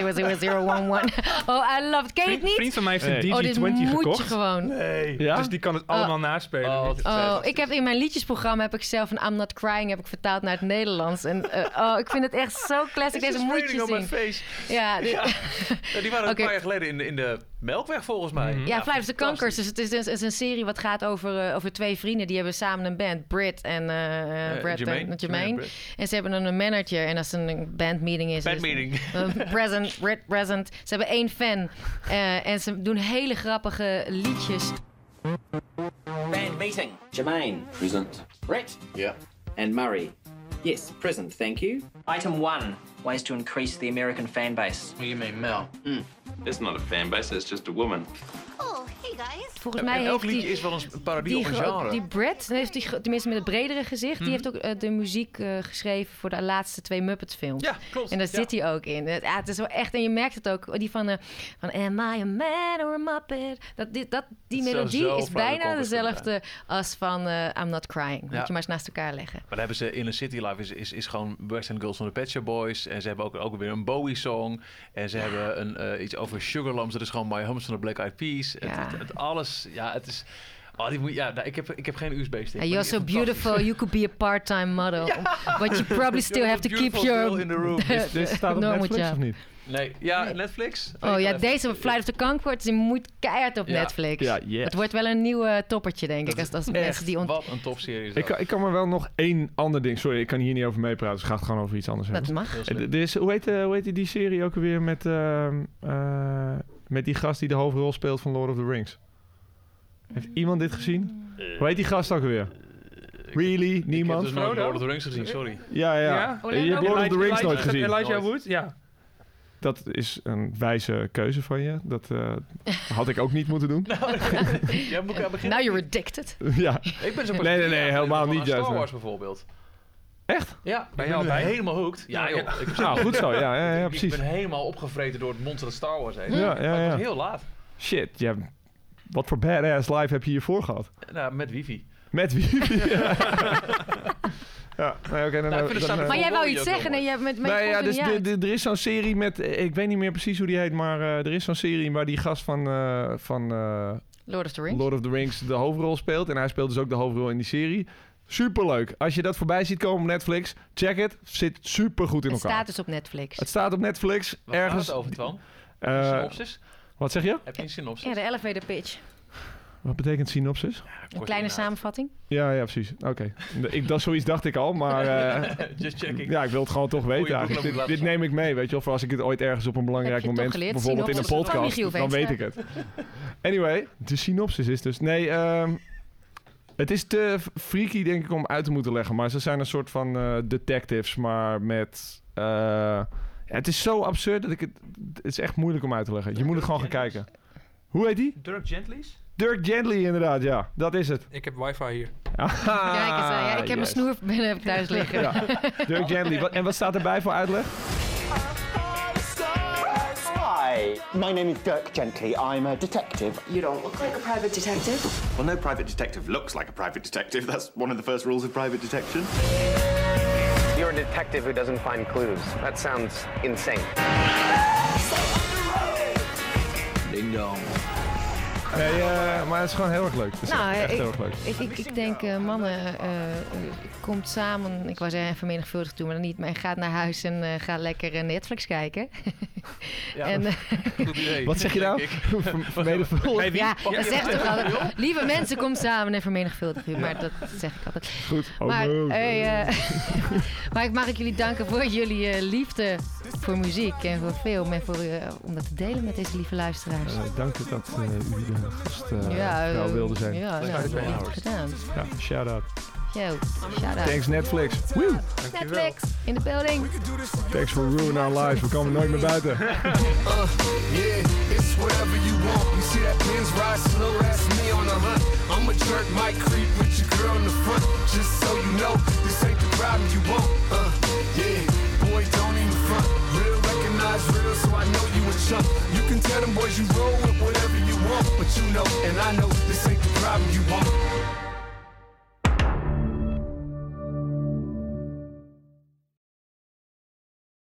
Oh, I love it. Ken je het niet? Een vriend van mij heeft een dit DG20 gekocht. moet je gewoon. Nee. Ja? Dus die kan het allemaal naspelen. Ik heb in mijn liedjesprogramma heb ik zelf een I'm Not Crying heb ik vertaald naar het Nederlands. En ik vind het echt zo classic. Deze moet je zien. Face. Ja, die waren een paar jaar geleden in de Melkweg volgens mij. Ja, Flight of the Conchords. Dus het is een serie wat gaat over twee vrienden. Die hebben samen een band. Britt en Jermaine. En ze hebben een manager. En als een bandmeeting is... Bandmeeting. Present. Ze hebben 1 fan. En ze doen hele grappige liedjes. Band meeting. Jermaine. Present. Brett. Yeah. And Murray. Yes, present, thank you. Item 1. Ways to increase the American fan base. What do you mean, Mel? It's not a fan base, it's just a woman. Oh, hey guys. Volgens mij elk heeft liedje is wel een parodie op een genre. Die Brett, tenminste met het bredere gezicht, die heeft ook de muziek geschreven voor de laatste 2 Muppets films. Ja, klopt. En daar zit hij ook in. Het is wel echt, en je merkt het ook, die van Am I a man or a Muppet? Die melodie is bijna dezelfde als van I'm Not Crying. Moet je maar eens naast elkaar leggen. Maar dan hebben ze in een City Life is gewoon Boys and Girls van de Pet Shop Boys. En ze hebben ook weer een Bowie-song. En ze hebben iets over Sugar Lumps. Dat is gewoon My Humps van de Black Eyed Peas. Het alles, het is... ik heb geen USB-stick. You're so beautiful, you could be a part-time model. But you probably still have to keep your... in the room. Dit staat op Netflix of niet? Nee, Netflix. Deze Flight of the Conchords, die moet keihard op Netflix. Ja, yes. Het wordt wel een nieuw toppertje, denk ik. Als mensen die wat een topserie is ik kan maar wel nog 1 ander ding... Sorry, ik kan hier niet over meepraten, dus ik ga het gewoon over iets anders hebben. Dat mag. Hoe heet die serie ook alweer met die gast die de hoofdrol speelt van Lord of the Rings? Heeft iemand dit gezien? Hoe heet die gast ook alweer? Really? Niemand? Ik heb dus nooit Lord of the Rings gezien, sorry. Ja. Je hebt Lord of the Rings nooit gezien. Elijah Wood, ja. Dat is een wijze keuze van je. Dat had ik ook niet moeten doen. Jij moet beginnen. Now you're addicted. Ja. Ik ben zo nee, helemaal niet. Star Wars bijvoorbeeld. Echt? Ja, ik ben helemaal hooked. Ja, joh. Goed zo. Ja, precies. Ik ben helemaal opgevreten door het monster dat Star Wars heeft. Ja. Het was heel laat. Shit, wat voor badass life heb je hiervoor gehad? Nou, met wifi. Met wifi? Ja, oké. Maar jij wou iets zeggen en je hebt er is zo'n serie met... Ik weet niet meer precies hoe die heet, maar er is zo'n serie waar die gast van Lord of the Rings de hoofdrol speelt. En hij speelt dus ook de hoofdrol in die serie. Superleuk. Als je dat voorbij ziet komen op Netflix, check het. Zit super goed in elkaar. Het staat dus op Netflix. Het staat op Netflix. Wat ergens. gaat het over, Twan? Synopsis? Wat zeg je? Heb je een synopsis? Ja, de elevator pitch. Wat betekent synopsis? Een kleine samenvatting? Ja, precies. Oké. Zoiets dacht ik al, maar... Just checking. Ja, ik wil het gewoon toch weten eigenlijk. Dit neem ik mee, weet je. Of als ik het ooit ergens op een belangrijk moment... bijvoorbeeld in een podcast, dan weet ik het. Anyway, de synopsis is dus... Nee, het is te freaky, denk ik, om uit te moeten leggen. Maar ze zijn een soort van detectives, maar met... het is zo absurd dat het is echt moeilijk om uit te leggen. Je moet het gewoon gaan kijken. Hoe heet die? Dirk Gently's? Dirk Gently, inderdaad, ja. Dat is het. Ik heb wifi hier. Kijk eens, ik heb mijn snoer binnen thuis liggen. Ja. Dirk Gently. En wat staat erbij voor uitleg? Hi, my name is Dirk Gently. I'm a detective. You don't look like a private detective. Well, no private detective looks like a private detective. That's one of the first rules of private detection. You're a detective who doesn't find clues. That sounds insane. Ding dong. Nee, maar het is gewoon heel erg leuk. Het is echt heel erg leuk. Ik denk, mannen, komt samen, ik wou zeggen vermenigvuldigd toe, maar dan niet. Maar gaat naar huis en ga lekker Netflix kijken. Ja, en, goed idee. Wat zeg je nou? Vermenigvuldigd? Ja, dat zegt toch altijd. Lieve mensen, kom samen en vermenigvuldig u. Maar dat zeg ik altijd. Goed. Maar mag ik jullie danken voor jullie liefde voor muziek en voor film. En voor om dat te delen met deze lieve luisteraars. Dank dat u de gast wilde zijn. Ja, goed gedaan. Ja, shout-out. Yo, shout-out. Thanks Netflix. Woo! Netflix, in the building. Thanks for ruining our lives. We komen nooit meer buiten. Yeah, it's whatever you want. You see that Benz ride slow, that's me on the hunt. I'm a jerk, might creep with your girl in the front. Just so you know, this ain't the problem you want. Yeah, boy, don't even front. Real recognize real, so I know you a chump. You can tell them boys you roll with whatever you want, but you know, and I know, this ain't the problem you want.